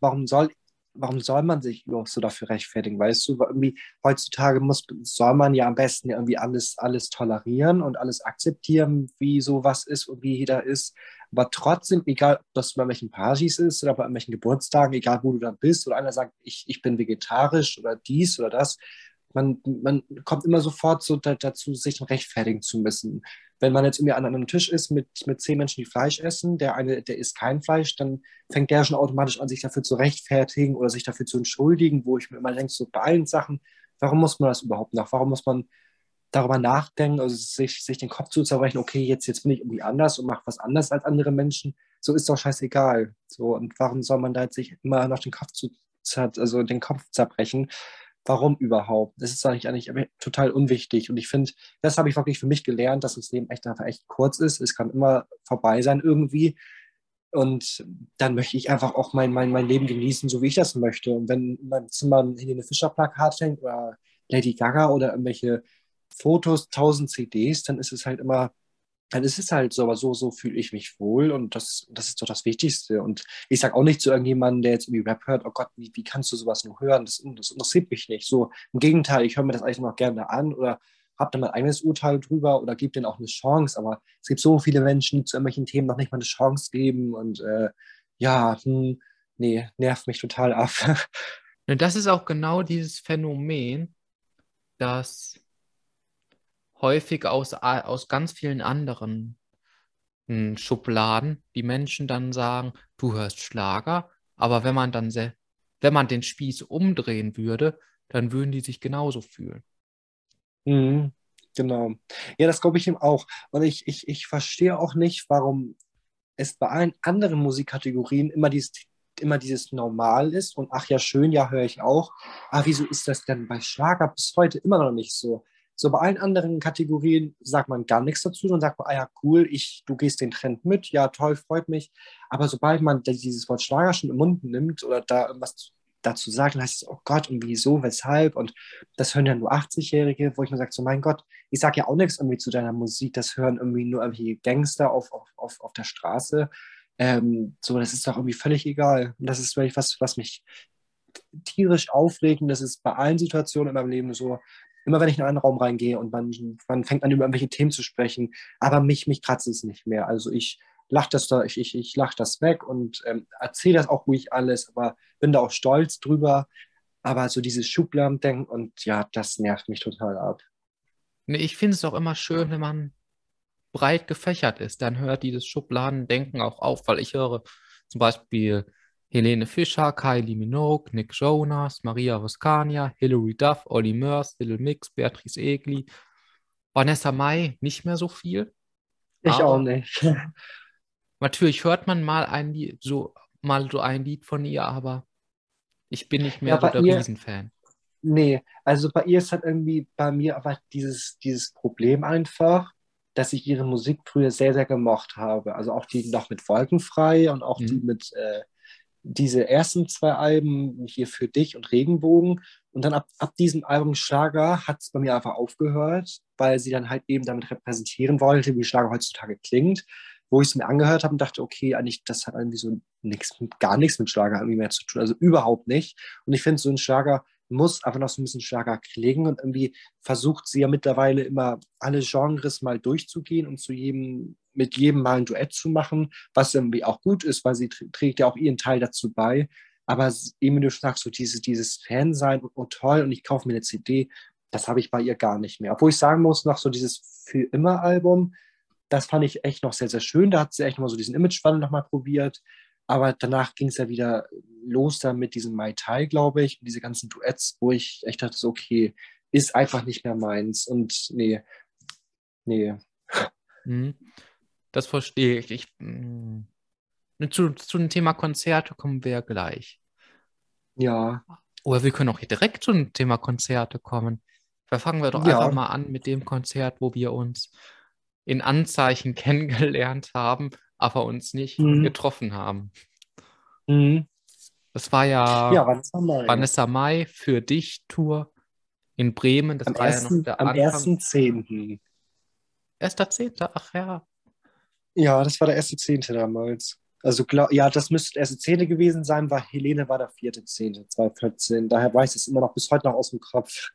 warum soll man sich überhaupt so dafür rechtfertigen? Weißt du, weil irgendwie heutzutage soll man ja am besten ja irgendwie alles tolerieren und alles akzeptieren, wie sowas ist und wie jeder ist. Aber trotzdem, egal, ob das bei welchen Partys ist oder bei irgendwelchen Geburtstagen, egal wo du da bist, oder einer sagt, ich bin vegetarisch oder dies oder das, man kommt immer sofort so dazu, sich dann rechtfertigen zu müssen. Wenn man jetzt irgendwie an einem Tisch ist mit 10 Menschen, die Fleisch essen, der eine, der isst kein Fleisch, dann fängt der schon automatisch an, sich dafür zu rechtfertigen oder sich dafür zu entschuldigen, wo ich mir immer denke, so bei allen Sachen, warum muss man das überhaupt noch? Warum muss man darüber nachdenken, also sich den Kopf zu zerbrechen, okay, jetzt bin ich irgendwie anders und mache was anders als andere Menschen, so ist doch scheißegal. So, und warum soll man da jetzt sich immer noch also den Kopf zerbrechen? Warum überhaupt? Das ist eigentlich total unwichtig. Und ich finde, das habe ich wirklich für mich gelernt, dass das Leben echt einfach echt kurz ist. Es kann immer vorbei sein irgendwie. Und dann möchte ich einfach auch mein Leben genießen, so wie ich das möchte. Und wenn in meinem Zimmer ein Helene Fischer-Plakat hängt oder Lady Gaga oder irgendwelche Fotos, 1000 CDs, dann ist es halt immer, dann ist es halt so, aber so fühle ich mich wohl und das ist doch das Wichtigste. Und ich sage auch nicht zu irgendjemandem, der jetzt irgendwie Rap hört, oh Gott, wie kannst du sowas nur hören? Das interessiert mich nicht. So, im Gegenteil, ich höre mir das eigentlich noch gerne an oder habe dann mein eigenes Urteil drüber oder gebe denen auch eine Chance. Aber es gibt so viele Menschen, die zu irgendwelchen Themen noch nicht mal eine Chance geben und ja, nee, nervt mich total ab. Und das ist auch genau dieses Phänomen, das häufig aus ganz vielen anderen Schubladen die Menschen dann sagen, du hörst Schlager, aber wenn man den Spieß umdrehen würde, dann würden die sich genauso fühlen. Mhm, genau. Ja, das glaube ich ihm auch. Und ich verstehe auch nicht, warum es bei allen anderen Musikkategorien immer dieses Normal ist und ach ja, schön, ja, höre ich auch. Aber wieso ist das denn bei Schlager bis heute immer noch nicht so? So bei allen anderen Kategorien sagt man gar nichts dazu und sagt man, ah ja, cool, du gehst den Trend mit, ja, toll, freut mich. Aber sobald man dieses Wort Schlager schon im Mund nimmt oder da irgendwas dazu sagt, dann heißt es, oh Gott, und wieso, weshalb? Und das hören ja nur 80-Jährige, wo ich mir sage, so mein Gott, ich sage ja auch nichts irgendwie zu deiner Musik, das hören irgendwie nur irgendwelche Gangster auf der Straße. So, das ist doch irgendwie völlig egal. Und das ist wirklich was mich tierisch aufregt. Und das ist bei allen Situationen in meinem Leben so. Immer wenn ich in einen Raum reingehe und man fängt an, über irgendwelche Themen zu sprechen, aber mich kratzt es nicht mehr. Also ich lach das weg und erzähle das auch ruhig alles, aber bin da auch stolz drüber. Aber so dieses Schubladendenken und ja, das nervt mich total ab. Nee, ich finde es auch immer schön, wenn man breit gefächert ist, dann hört dieses Schubladendenken auch auf, weil ich höre zum Beispiel Helene Fischer, Kylie Minogue, Nick Jonas, Maria Vizcarra, Hilary Duff, Olly Murs, Little Mix, Beatrice Egli, Vanessa Mai nicht mehr so viel, Ich auch aber nicht. natürlich hört man mal so ein Lied von ihr, aber ich bin nicht Ja, mehr so bei der ihr, Riesenfan. nee, also bei ihr ist halt irgendwie bei mir aber dieses Problem einfach, dass ich ihre Musik früher sehr, sehr gemocht habe. Also auch die noch mit Wolkenfrei und auch die Mhm. mit diese ersten zwei Alben hier für dich und Regenbogen. Und dann ab diesem Album Schlager hat es bei mir einfach aufgehört, weil sie dann halt eben damit repräsentieren wollte, wie Schlager heutzutage klingt. Wo ich es mir angehört habe und dachte, okay, eigentlich, das hat irgendwie so gar nichts mit Schlager irgendwie mehr zu tun. Also überhaupt nicht. Und ich finde, so ein Schlager muss einfach noch so ein bisschen Schlager klingen und irgendwie versucht sie ja mittlerweile immer alle Genres mal durchzugehen und mit jedem mal ein Duett zu machen, was irgendwie auch gut ist, weil sie trägt ja auch ihren Teil dazu bei. Aber eben, wie du sagst, so dieses Fansein und oh toll und ich kaufe mir eine CD, das habe ich bei ihr gar nicht mehr. Obwohl ich sagen muss, noch so dieses Für immer Album, das fand ich echt noch sehr, sehr schön. Da hat sie echt mal so diesen Imagewandel nochmal probiert. Aber danach ging es ja wieder los dann mit diesem Mai Tai, glaube ich, und diese ganzen Duets, wo ich echt dachte, so, okay, ist einfach nicht mehr meins. Und nee, nee. Mhm. Das verstehe ich. Zu dem Thema Konzerte kommen wir ja gleich. Ja, Oder wir können auch hier direkt zu dem Thema Konzerte kommen. Da fangen wir doch einfach ja. mal an mit dem Konzert, wo wir uns in Anzeichen kennengelernt haben, aber uns nicht Mhm. getroffen haben. Mhm. Das war Ja, ja wann ist Mai? Vanessa Mai für dich Tour in Bremen. Das war ja noch der Am Anfang. 1.10. 1.10. Ach ja. Ja, das war der 1.10. damals. Also, ja, das müsste der 1.10. gewesen sein, weil Helene war der 4.10. 2014. Daher weiß ich es immer noch bis heute noch aus dem Kopf.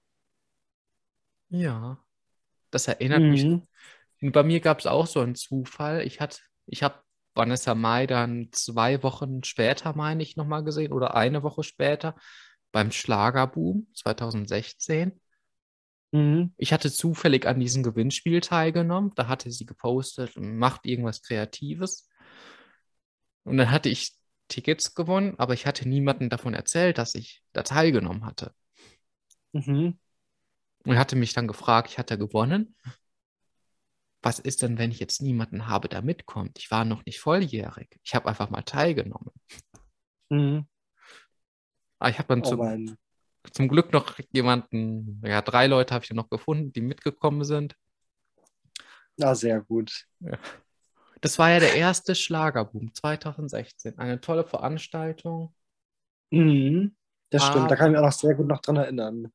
Ja, das erinnert mich. Mhm. Und bei mir gab es auch so einen Zufall. Ich habe Vanessa Mai dann 2 Wochen später, meine ich, nochmal gesehen oder eine Woche später beim Schlagerboom 2016. Mhm. Ich hatte zufällig an diesem Gewinnspiel teilgenommen. Da hatte sie gepostet, macht irgendwas Kreatives. Und dann hatte ich Tickets gewonnen, aber ich hatte niemandem davon erzählt, dass ich da teilgenommen hatte. Mhm. Und hatte mich dann gefragt, ich hatte gewonnen. Was ist denn, wenn ich jetzt niemanden habe, der mitkommt? Ich war noch nicht volljährig. Ich habe einfach mal teilgenommen. Mhm. Aber ich habe dann Oh Mann. zum Glück noch jemanden, ja, 3 Leute habe ich dann noch gefunden, die mitgekommen sind. Ah, sehr gut. Ja. Das war ja der erste Schlagerboom 2016. Eine tolle Veranstaltung, Mhm. Das stimmt. Da kann ich mich aber, auch noch sehr gut noch dran erinnern.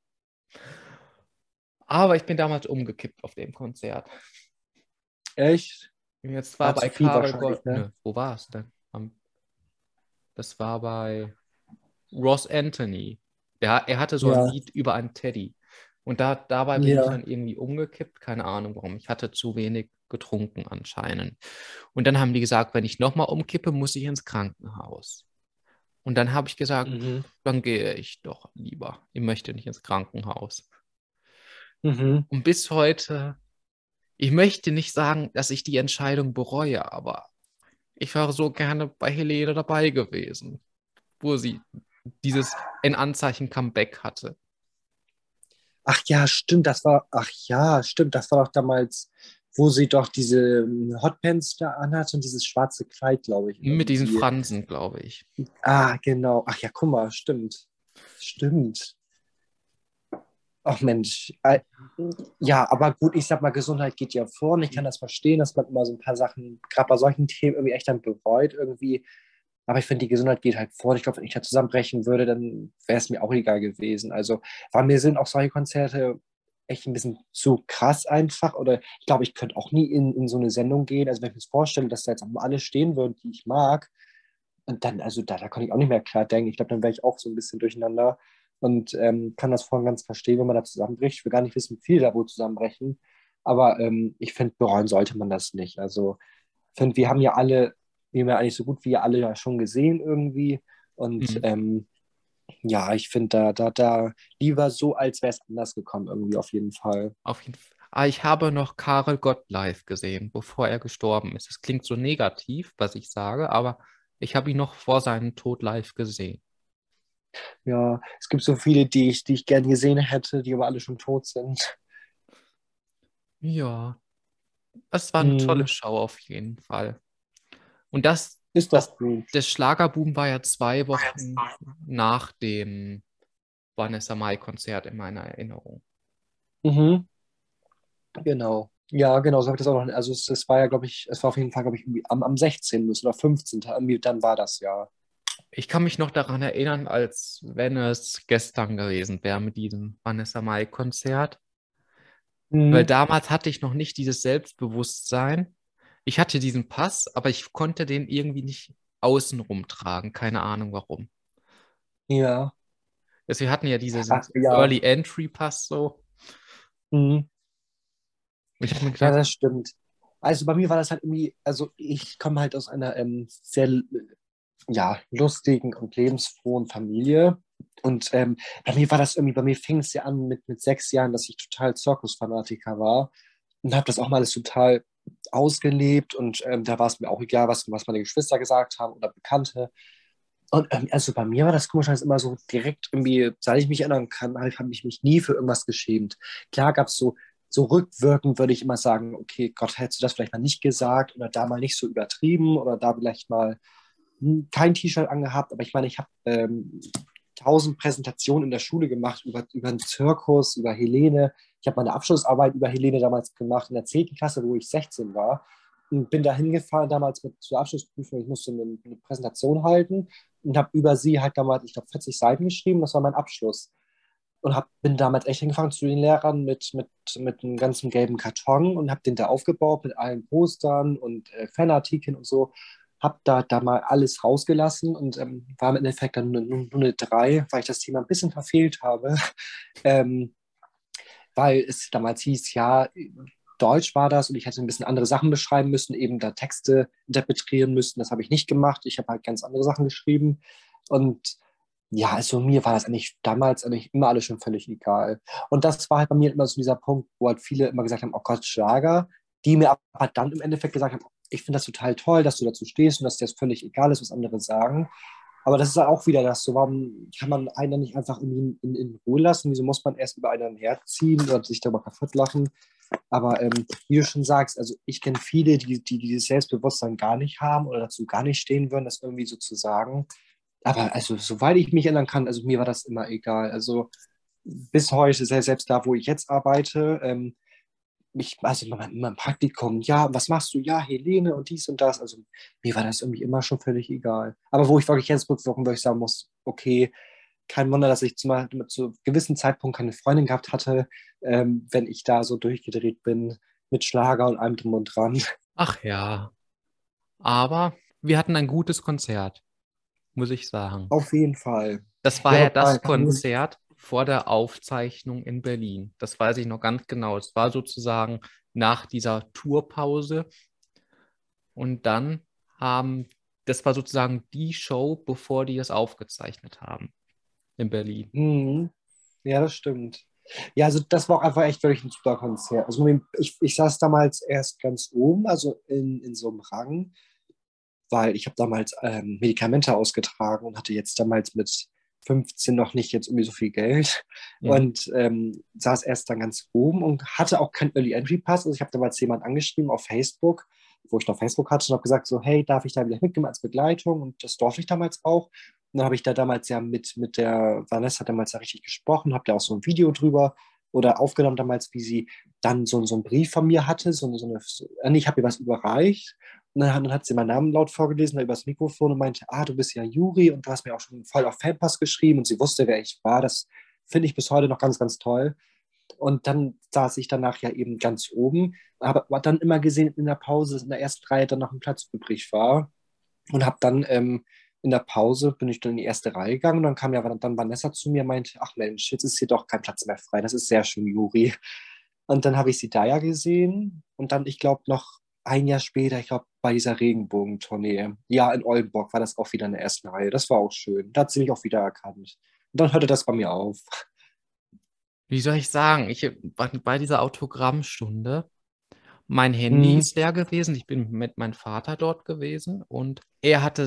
aber ich bin damals umgekippt auf dem Konzert. Echt? Jetzt war War zu bei viel Karel wahrscheinlich, Gott, ne? nö, wo war es denn? Das war bei Ross Anthony. Er hatte so ein Ja. Lied über einen Teddy. Und dabei bin ich Ja. dann irgendwie umgekippt. Keine Ahnung warum. Ich hatte zu wenig getrunken anscheinend. Und dann haben die gesagt, wenn ich nochmal umkippe, muss ich ins Krankenhaus. Und dann habe ich gesagt, Mhm. dann gehe ich doch lieber. Ich möchte nicht ins Krankenhaus. Mhm. Und bis heute, ich möchte nicht sagen, dass ich die Entscheidung bereue, aber ich wäre so gerne bei Helene dabei gewesen, wo sie dieses in Anzeichen Comeback hatte. Ach ja, stimmt, ach ja, stimmt, das war doch damals, wo sie doch diese Hotpants da anhat und dieses schwarze Kleid, glaube ich, Mit diesen irgendwie. Fransen, glaube ich. Ah, genau. Ach ja, guck mal, stimmt. Stimmt. Ach Mensch. Ja, aber gut, ich sag mal, Gesundheit geht ja vor und ich kann das verstehen, dass man immer so ein paar Sachen, gerade bei solchen Themen, irgendwie echt dann bereut irgendwie. Aber ich finde, die Gesundheit geht halt vor. Ich glaube, wenn ich da zusammenbrechen würde, dann wäre es mir auch egal gewesen. Also, weil mir sind auch solche Konzerte echt ein bisschen zu krass einfach. Oder ich glaube, ich könnte auch nie in so eine Sendung gehen. Also, wenn ich mir das vorstelle, dass da jetzt auch alle stehen würden, die ich mag, und dann, also da kann ich auch nicht mehr klar denken. Ich glaube, dann wäre ich auch so ein bisschen durcheinander und kann das voll und ganz verstehen, wenn man da zusammenbricht. Ich will gar nicht wissen, wie viele da wohl zusammenbrechen. Aber ich finde, bereuen sollte man das nicht. Also, ich finde, wir haben ja eigentlich so gut wie alle ja schon gesehen irgendwie. Und Mhm. ja, ich finde da lieber so, als wäre es anders gekommen, irgendwie auf jeden Fall. Auf jeden Fall. Ah, ich habe noch Karel Gott live gesehen, bevor er gestorben ist. Das klingt so negativ, was ich sage, aber ich habe ihn noch vor seinem Tod live gesehen. Ja, es gibt so viele, die ich gerne gesehen hätte, die aber alle schon tot sind. Ja, es war eine Hm, tolle Show auf jeden Fall. Und das, ist das, doch gut. das Schlagerboom war ja 2 Wochen nach dem Vanessa Mai-Konzert in meiner Erinnerung. Mhm. Genau. Ja, genau, so habe ich das auch noch. Also es war ja, glaube ich, es war auf jeden Fall, glaube ich, irgendwie am 16. oder 15. Irgendwie, dann war das ja. Ich kann mich noch daran erinnern, als wenn es gestern gewesen wäre mit diesem Vanessa Mai-Konzert. Weil Mhm. damals hatte ich noch nicht dieses Selbstbewusstsein. Ich hatte diesen Pass, aber ich konnte den irgendwie nicht außenrum tragen. Keine Ahnung warum. Ja. Also wir hatten ja diesen Ach, ja. Early Entry Pass so. Mhm. Und ich habe mir Ja, gedacht, das stimmt. Also bei mir war das halt irgendwie, also ich komme halt aus einer sehr ja, lustigen und lebensfrohen Familie. Und bei mir war das irgendwie, bei mir fing es ja an mit 6 Jahren, dass ich total Zirkusfanatiker war und habe das auch mal alles total ausgelebt und da war es mir auch egal, was meine Geschwister gesagt haben oder Bekannte. Und also bei mir war das komischerweise immer so direkt irgendwie, seit ich mich erinnern kann, habe ich mich nie für irgendwas geschämt. Klar gab es so rückwirkend, würde ich immer sagen, okay, Gott, hättest du das vielleicht mal nicht gesagt oder da mal nicht so übertrieben oder da vielleicht mal kein T-Shirt angehabt. Aber ich meine, ich habe 1000 Präsentationen in der Schule gemacht über einen Zirkus, über Helene. Ich habe meine Abschlussarbeit über Helene damals gemacht in der 10. Klasse, wo ich 16 war. Und bin da hingefahren damals zur Abschlussprüfung. Ich musste eine Präsentation halten und habe über sie halt damals, ich glaube, 40 Seiten geschrieben. Das war mein Abschluss. Und bin damals echt hingefahren zu den Lehrern mit einem ganzen gelben Karton und habe den da aufgebaut mit allen Postern und Fanartikeln und so. Habe da mal alles rausgelassen und war im Endeffekt dann nur eine 3, weil ich das Thema ein bisschen verfehlt habe. ähm, weil es damals hieß, ja, Deutsch war das und ich hätte ein bisschen andere Sachen beschreiben müssen, eben da Texte interpretieren müssen. Das habe ich nicht gemacht. Ich habe halt ganz andere Sachen geschrieben. Und ja, also mir war das eigentlich damals eigentlich immer alles schon völlig egal. Und das war halt bei mir immer so dieser Punkt, wo halt viele immer gesagt haben, oh Gott, Schlager, die mir aber dann im Endeffekt gesagt haben, ich finde das total toll, dass du dazu stehst und dass dir das völlig egal ist, was andere sagen. Aber das ist halt auch wieder das, so warum kann man einen dann nicht einfach in Ruhe lassen? Wieso muss man erst über einen herziehen oder sich darüber kaputt lachen? Aber wie du schon sagst, also ich kenne viele, die dieses Selbstbewusstsein gar nicht haben oder dazu gar nicht stehen würden, das irgendwie so zu sagen. Aber also, soweit ich mich erinnern kann, also mir war das immer egal. Also bis heute, selbst da, wo ich jetzt arbeite, also in meinem Praktikum, ja, was machst du? Ja, Helene und dies und das. Also mir war das irgendwie immer schon völlig egal. Aber wo ich wirklich jetzt rückwirkend wirklich sagen muss, okay, kein Wunder, dass ich zu gewissen Zeitpunkt keine Freundin gehabt hatte, wenn ich da so durchgedreht bin mit Schlager und allem drum und dran. ach ja, aber wir hatten ein gutes Konzert, muss ich sagen. Auf jeden Fall. Das war Ja, ja aber das Konzert vor der Aufzeichnung in Berlin. Das weiß ich noch ganz genau. Es war sozusagen nach dieser Tourpause und dann haben, das war sozusagen die Show, bevor die das aufgezeichnet haben in Berlin. mhm. Ja, das stimmt. Ja, also das war auch einfach echt wirklich ein super Konzert. Also ich saß damals erst ganz oben, also in so einem Rang, weil ich habe damals Medikamente ausgetragen und hatte jetzt damals mit 15 noch nicht jetzt irgendwie so viel Geld Mhm. und saß erst dann ganz oben und hatte auch keinen Early Entry Pass. Also ich habe damals jemanden angeschrieben auf Facebook, wo ich noch Facebook hatte und habe gesagt so, hey, darf ich da wieder mitgehen als Begleitung? Und das durfte ich damals auch. Und dann habe ich da damals ja mit der Vanessa damals ja richtig gesprochen, habe da auch so ein Video drüber oder aufgenommen damals, wie sie dann so einen Brief von mir hatte, nee, ich habe ihr was überreicht. Und dann hat sie meinen Namen laut vorgelesen, da übers Mikrofon und meinte, du bist ja Juri und du hast mir auch schon voll auf Fanpass geschrieben und sie wusste, wer ich war. Das finde ich bis heute noch ganz, ganz toll. Und dann saß ich danach ja eben ganz oben, aber war dann immer gesehen in der Pause, dass in der ersten Reihe dann noch ein Platz übrig war. Und habe dann in der Pause bin ich dann in die erste Reihe gegangen und dann kam ja dann Vanessa zu mir und meinte, ach Mensch, jetzt ist hier doch kein Platz mehr frei. Das ist sehr schön, Juri. Und dann habe ich sie da ja gesehen und dann, ich glaube, noch ein Jahr später, ich glaube, bei dieser Regenbogentournee, ja, in Oldenburg war das auch wieder in der ersten Reihe. Das war auch schön. Da hat sie mich auch wieder erkannt. Und dann hörte das bei mir auf. Wie soll ich sagen? Bei dieser Autogrammstunde, mein Handy Mhm. ist leer gewesen. Ich bin mit meinem Vater dort gewesen und er hatte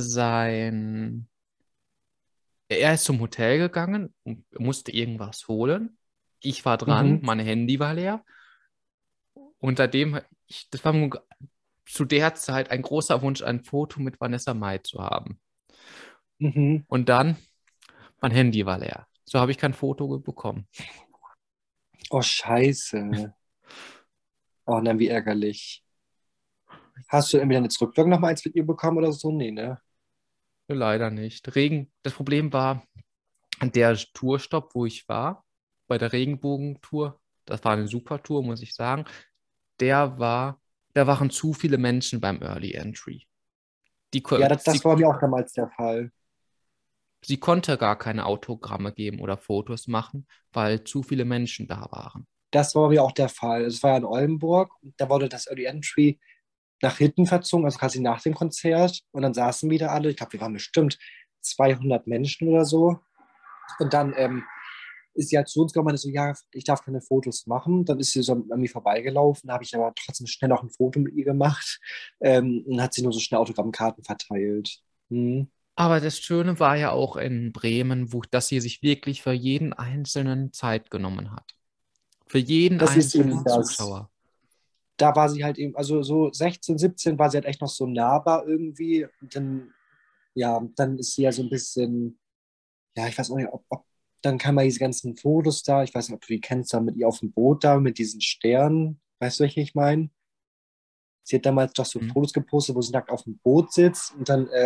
er ist zum Hotel gegangen und musste irgendwas holen. Ich war dran, Mhm. mein Handy war leer. Und das war zu der Zeit ein großer Wunsch, ein Foto mit Vanessa Mai zu haben. Mhm. Und dann, mein Handy war leer. So habe ich kein Foto bekommen. Oh, scheiße. Oh, nein, wie ärgerlich. Hast du irgendwie dann jetzt rückwirkend noch mal eins mit ihr bekommen oder so? Nee, ne? Leider nicht. Das Problem war, der Tourstopp, wo ich war, bei der Regenbogentour, das war eine super Tour, muss ich sagen, der war, da waren zu viele Menschen beim Early Entry. Ja, das war mir auch damals der Fall. Sie konnte gar keine Autogramme geben oder Fotos machen, weil zu viele Menschen da waren. Das war mir auch der Fall. Es war ja in Oldenburg und da wurde das Early Entry nach hinten verzogen, also quasi nach dem Konzert. Und dann saßen wieder alle, ich glaube, wir waren bestimmt 200 Menschen oder so. Und dann ist sie halt zu uns gekommen und meinte so, ja, ich darf keine Fotos machen. Dann ist sie so an mir vorbeigelaufen, da habe ich aber trotzdem schnell noch ein Foto mit ihr gemacht und hat sie nur so schnell Autogrammkarten verteilt. Hm. Aber das Schöne war ja auch in Bremen, dass sie sich wirklich für jeden Einzelnen Zeit genommen hat. Für jeden Das ist eben einzelnen das. Zuschauer. Da war sie halt eben, also so 16, 17 war sie halt echt noch so nahbar irgendwie. Und dann, ja, dann ist sie ja so ein bisschen, ja, ich weiß auch nicht, dann kam mal diese ganzen Fotos da, ich weiß nicht, ob du die kennst, da mit ihr auf dem Boot da, mit diesen Sternen, weißt du, welche ich meine? Sie hat damals doch so Hm? Fotos gepostet, wo sie nackt auf dem Boot sitzt und dann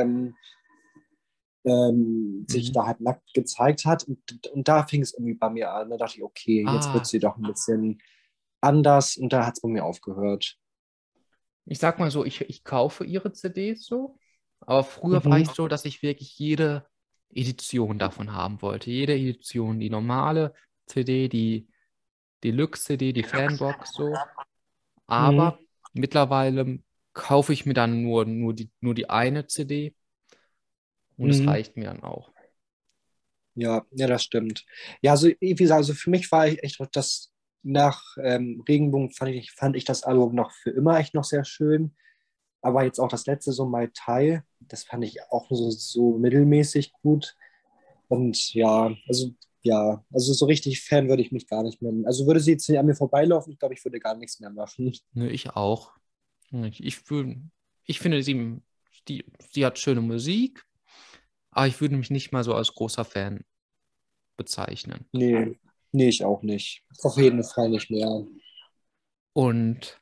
sich Mhm. da halt nackt gezeigt hat. Und da fing es irgendwie bei mir an. Da dachte ich, okay, jetzt wird Ah, sie doch ein bisschen anders und da hat es bei mir aufgehört. ich sag mal so, ich kaufe ihre CDs so, aber früher war ich Mhm. so, dass ich wirklich jede Edition davon haben wollte. Jede Edition, die normale CD, die Deluxe-CD, die Fanbox so. Mhm. Aber mittlerweile kaufe ich mir dann nur die eine CD und es Mhm. reicht mir dann auch. Ja, ja, das stimmt. Ja, also wie gesagt, also für mich war ich echt das nach Regenbogen fand ich das Album noch für immer echt noch sehr schön. Aber jetzt auch das letzte, so Mai Tai, das fand ich auch nur so mittelmäßig gut. Und also so richtig Fan würde ich mich gar nicht nennen. Also würde sie jetzt an mir vorbeilaufen, ich glaube, ich würde gar nichts mehr machen. Ne, ich auch. Ich finde, sie hat schöne Musik, aber ich würde mich nicht mal so als großer Fan bezeichnen. Nee, nee, ich auch nicht. Auf jeden Fall nicht mehr. Und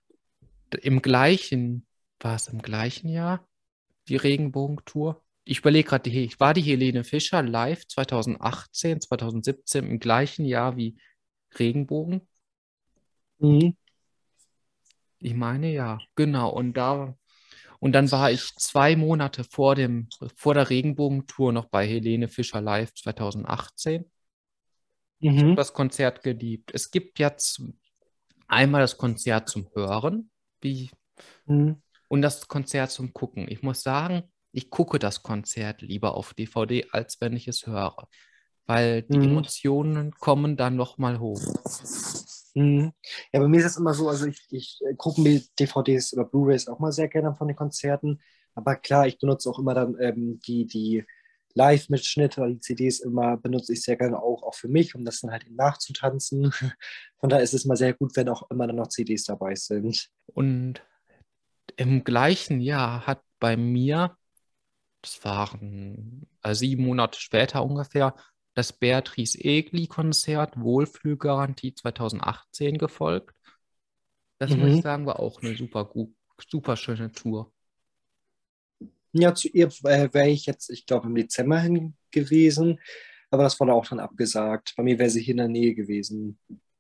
war es im gleichen Jahr, die Regenbogentour? Ich überlege gerade, war die Helene Fischer live 2018, 2017 im gleichen Jahr wie Regenbogen? Mhm. Ich meine ja, genau. Und dann war ich 2 Monate vor der Regenbogentour noch bei Helene Fischer live 2018. Ich habe Mhm. das Konzert geliebt. Es gibt jetzt einmal das Konzert zum Hören, wie Mhm. und das Konzert zum Gucken. Ich muss sagen, ich gucke das Konzert lieber auf DVD, als wenn ich es höre, weil die Mhm. Emotionen kommen dann nochmal hoch. Mhm. Ja, bei mir ist es immer so, also ich gucke mir DVDs oder Blu-rays auch mal sehr gerne von den Konzerten. Aber klar, ich benutze auch immer dann die Live-Mitschnitte oder die CDs immer, benutze ich sehr gerne auch für mich, um das dann halt eben nachzutanzen. Von daher ist es mal sehr gut, wenn auch immer dann noch CDs dabei sind. Und im gleichen Jahr hat bei mir, das waren 7 Monate später ungefähr, das Beatrice Egli-Konzert Wohlfühlgarantie 2018 gefolgt. Das muss ich Mhm. sagen, war auch eine super schöne Tour. Ja, zu ihr wäre ich jetzt, ich glaube, im Dezember hin gewesen, aber das wurde auch dann abgesagt. Bei mir wäre sie hier in der Nähe gewesen.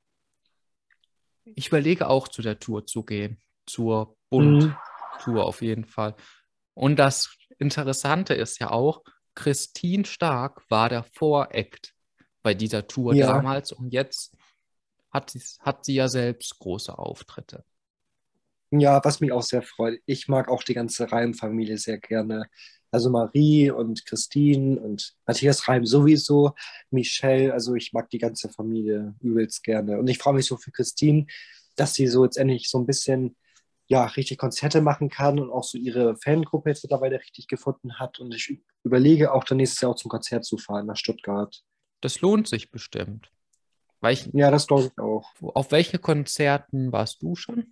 Ich überlege auch zu der Tour zu gehen, zur Mhm. Bund-Tour auf jeden Fall. Und das Interessante ist ja auch, Christine Stark war der Voract bei dieser Tour Ja. damals und jetzt hat sie ja selbst große Auftritte. Ja, was mich auch sehr freut. Ich mag auch die ganze Reim-Familie sehr gerne. Also Marie und Christine und Matthias Reim sowieso, Michelle, also ich mag die ganze Familie übelst gerne. Und ich freue mich so für Christine, dass sie so jetzt endlich so ein bisschen, ja, richtig Konzerte machen kann und auch so ihre Fangruppe jetzt mittlerweile richtig gefunden hat. Und ich überlege auch dann nächstes Jahr auch zum Konzert zu fahren nach Stuttgart. Das lohnt sich bestimmt. Weil Ja, das glaube ich auch. auf welche Konzerten warst du schon?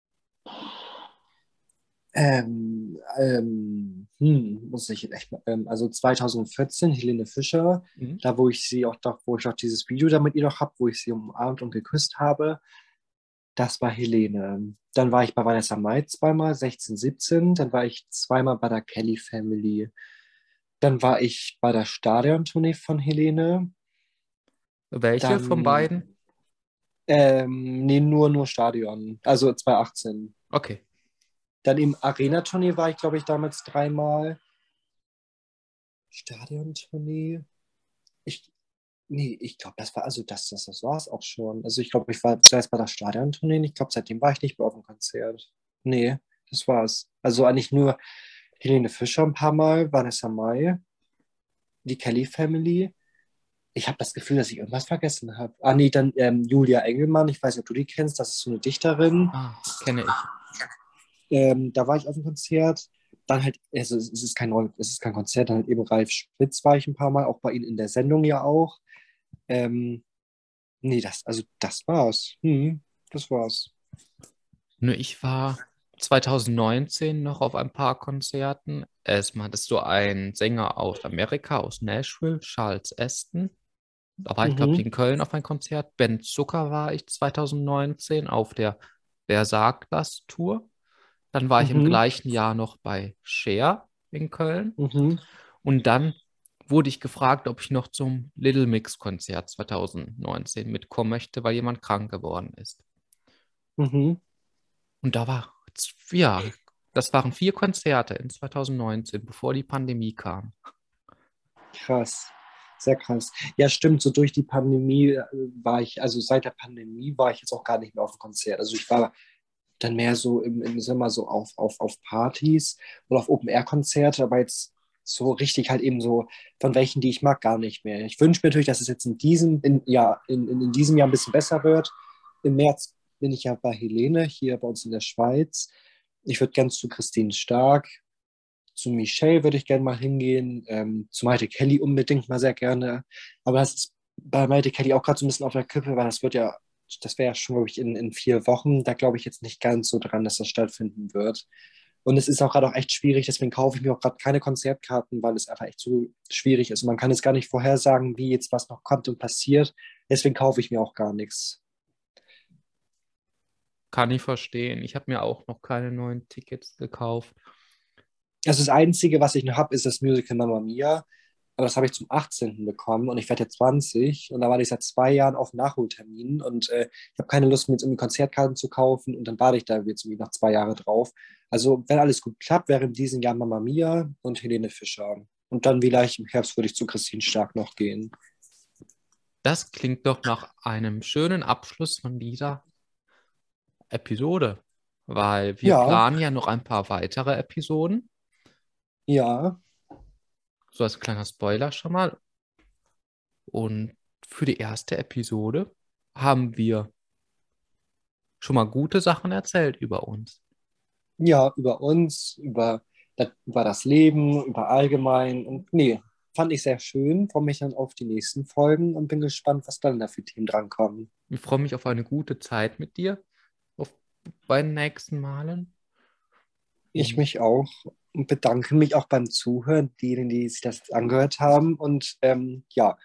Muss ich echt, also 2014, Helene Fischer, Mhm. da wo ich sie auch, doch, wo ich auch dieses Video da mit ihr noch habe, wo ich sie umarmt und geküsst habe, das war Helene. Dann war ich bei Vanessa Mai zweimal, 16, 17, dann war ich zweimal bei der Kelly Family. Dann war ich bei der Stadiontournee von Helene. Welche von Dann, beiden? nee, nur Stadion, also 2018. Okay. Dann im Arena-Tournee war ich, glaube ich, damals dreimal. Stadiontournee. Ich, Nee, ich glaube, das war, also das war es auch schon. Also ich glaube, ich war zuerst bei der Stadiontournee. Ich glaube, seitdem war ich nicht mehr auf dem Konzert. Nee, das war's. Also eigentlich nur Helene Fischer ein paar Mal, Vanessa Mai, die Kelly Family. Ich habe das Gefühl, dass ich irgendwas vergessen habe. Ah, nee, dann Julia Engelmann. Ich weiß nicht, ob du die kennst. Das ist so eine Dichterin. Ah, kenne ich. Da war ich auf dem Konzert. Dann halt, also es ist kein Konzert, dann halt eben Ralf Spitz war ich ein paar Mal, auch bei Ihnen in der Sendung ja auch. Ähm, Nee, also das war's. Das war's. Nur ich war 2019 noch auf ein paar Konzerten. Erstmal hattest du einen Sänger aus Amerika, aus Nashville, Charles Aston. Da war ich, glaube ich, Mhm, in Köln auf ein Konzert. Ben Zucker war ich 2019 auf der Wer sagt das Tour. Dann war ich im mhm, gleichen Jahr noch bei Cher in Köln. mhm, Und dann wurde ich gefragt, ob ich noch zum Little Mix Konzert 2019 mitkommen möchte, weil jemand krank geworden ist. mhm. Und ja, das waren 4 Konzerte in 2019, bevor die Pandemie kam. Krass. Sehr krass. Ja, stimmt. So durch die Pandemie war ich, also seit der Pandemie war ich jetzt auch gar nicht mehr auf dem Konzert. Also ich war dann mehr so im Sommer so auf Partys oder auf Open-Air-Konzerte, aber jetzt so richtig halt eben so von welchen, die ich mag, gar nicht mehr. Ich wünsche mir natürlich, dass es jetzt in diesem Jahr ein bisschen besser wird. Im März bin ich ja bei Helene hier bei uns in der Schweiz. Ich würde ganz zu Christine Stark, zu Michelle würde ich gerne mal hingehen, zu Maite Kelly unbedingt mal sehr gerne. Aber das ist bei Maite Kelly auch gerade so ein bisschen auf der Kippe, weil das wäre ja schon, glaube ich, in 4 Wochen. Da glaube ich jetzt nicht ganz so dran, dass das stattfinden wird. Und es ist auch gerade auch echt schwierig, deswegen kaufe ich mir auch gerade keine Konzertkarten, weil es einfach echt so schwierig ist. Und man kann jetzt gar nicht vorhersagen, wie jetzt was noch kommt und passiert. Deswegen kaufe ich mir auch gar nichts. Kann ich verstehen. Ich habe mir auch noch keine neuen Tickets gekauft. Also das Einzige, was ich noch habe, ist das Musical Mamma Mia. Aber das habe ich zum 18. bekommen und ich werde jetzt 20 und da war ich seit 2 Jahren auf Nachholtermin und ich habe keine Lust, mir jetzt irgendwie Konzertkarten zu kaufen und dann warte ich da jetzt irgendwie noch 2 Jahre drauf. Also wenn alles gut klappt, wäre in diesem Jahr Mamma Mia und Helene Fischer. Und dann vielleicht im Herbst würde ich zu Christine Stark noch gehen. Das klingt doch nach einem schönen Abschluss von dieser Episode, weil wir Ja, planen ja noch ein paar weitere Episoden. ja, So als kleiner Spoiler schon mal. Und für die erste Episode haben wir schon mal gute Sachen erzählt über uns. ja, über uns, über das Leben, über allgemein. Und nee, fand ich sehr schön. Freue mich dann auf die nächsten Folgen und bin gespannt, was dann da für Themen drankommen. Ich freue mich auf eine gute Zeit mit dir, auf bei den nächsten Malen. Ich Und mich auch und bedanke mich auch beim Zuhören, denen, die sich das angehört haben. Und ja,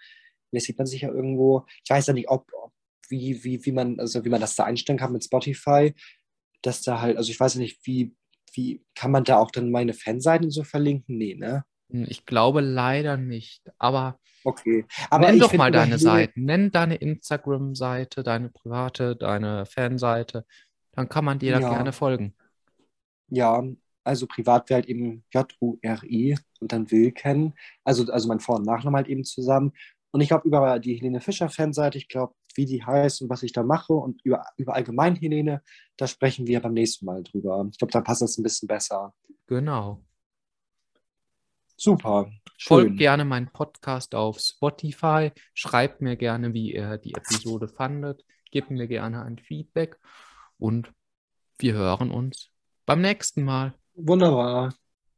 Jetzt sieht man sich ja irgendwo, ich weiß ja nicht, wie man das da einstellen kann mit Spotify, dass da halt, also ich weiß ja nicht, wie kann man da auch dann meine Fanseiten so verlinken? Nee, ne? Ich glaube leider nicht. Aber Okay. Aber nenn ich doch finde mal über deine Helene, Seiten. Nenn deine Instagram-Seite, deine private, deine Fanseite. Dann kann man dir da gerne ja, folgen. ja, also privat wäre halt eben Juri und dann Wilken. Also mein Vor- und Nachname halt eben zusammen. Und ich glaube, über die Helene Fischer-Fanseite, ich glaube, wie die heißt und was ich da mache und über allgemein Helene, da sprechen wir beim nächsten Mal drüber. Ich glaube, da passt das ein bisschen besser. Genau. Super, Folgt schön. gerne meinen Podcast auf Spotify. Schreibt mir gerne, wie ihr die Episode fandet. Gebt mir gerne ein Feedback. Und wir hören uns beim nächsten Mal. Wunderbar.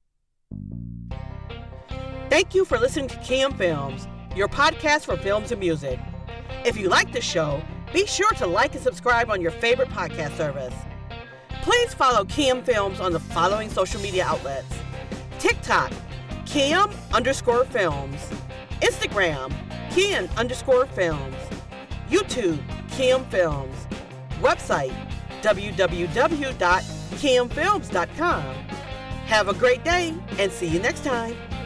Thank you for listening to Kim Films, your podcast for films and music. If you like the show, be sure to like and subscribe on your favorite podcast service. Please follow Kim Films on the following social media outlets: TikTok, Kim_Films, Instagram, Kim_Films, YouTube, Kim Films, website, www.kimfilms.com. Have a great day and see you next time.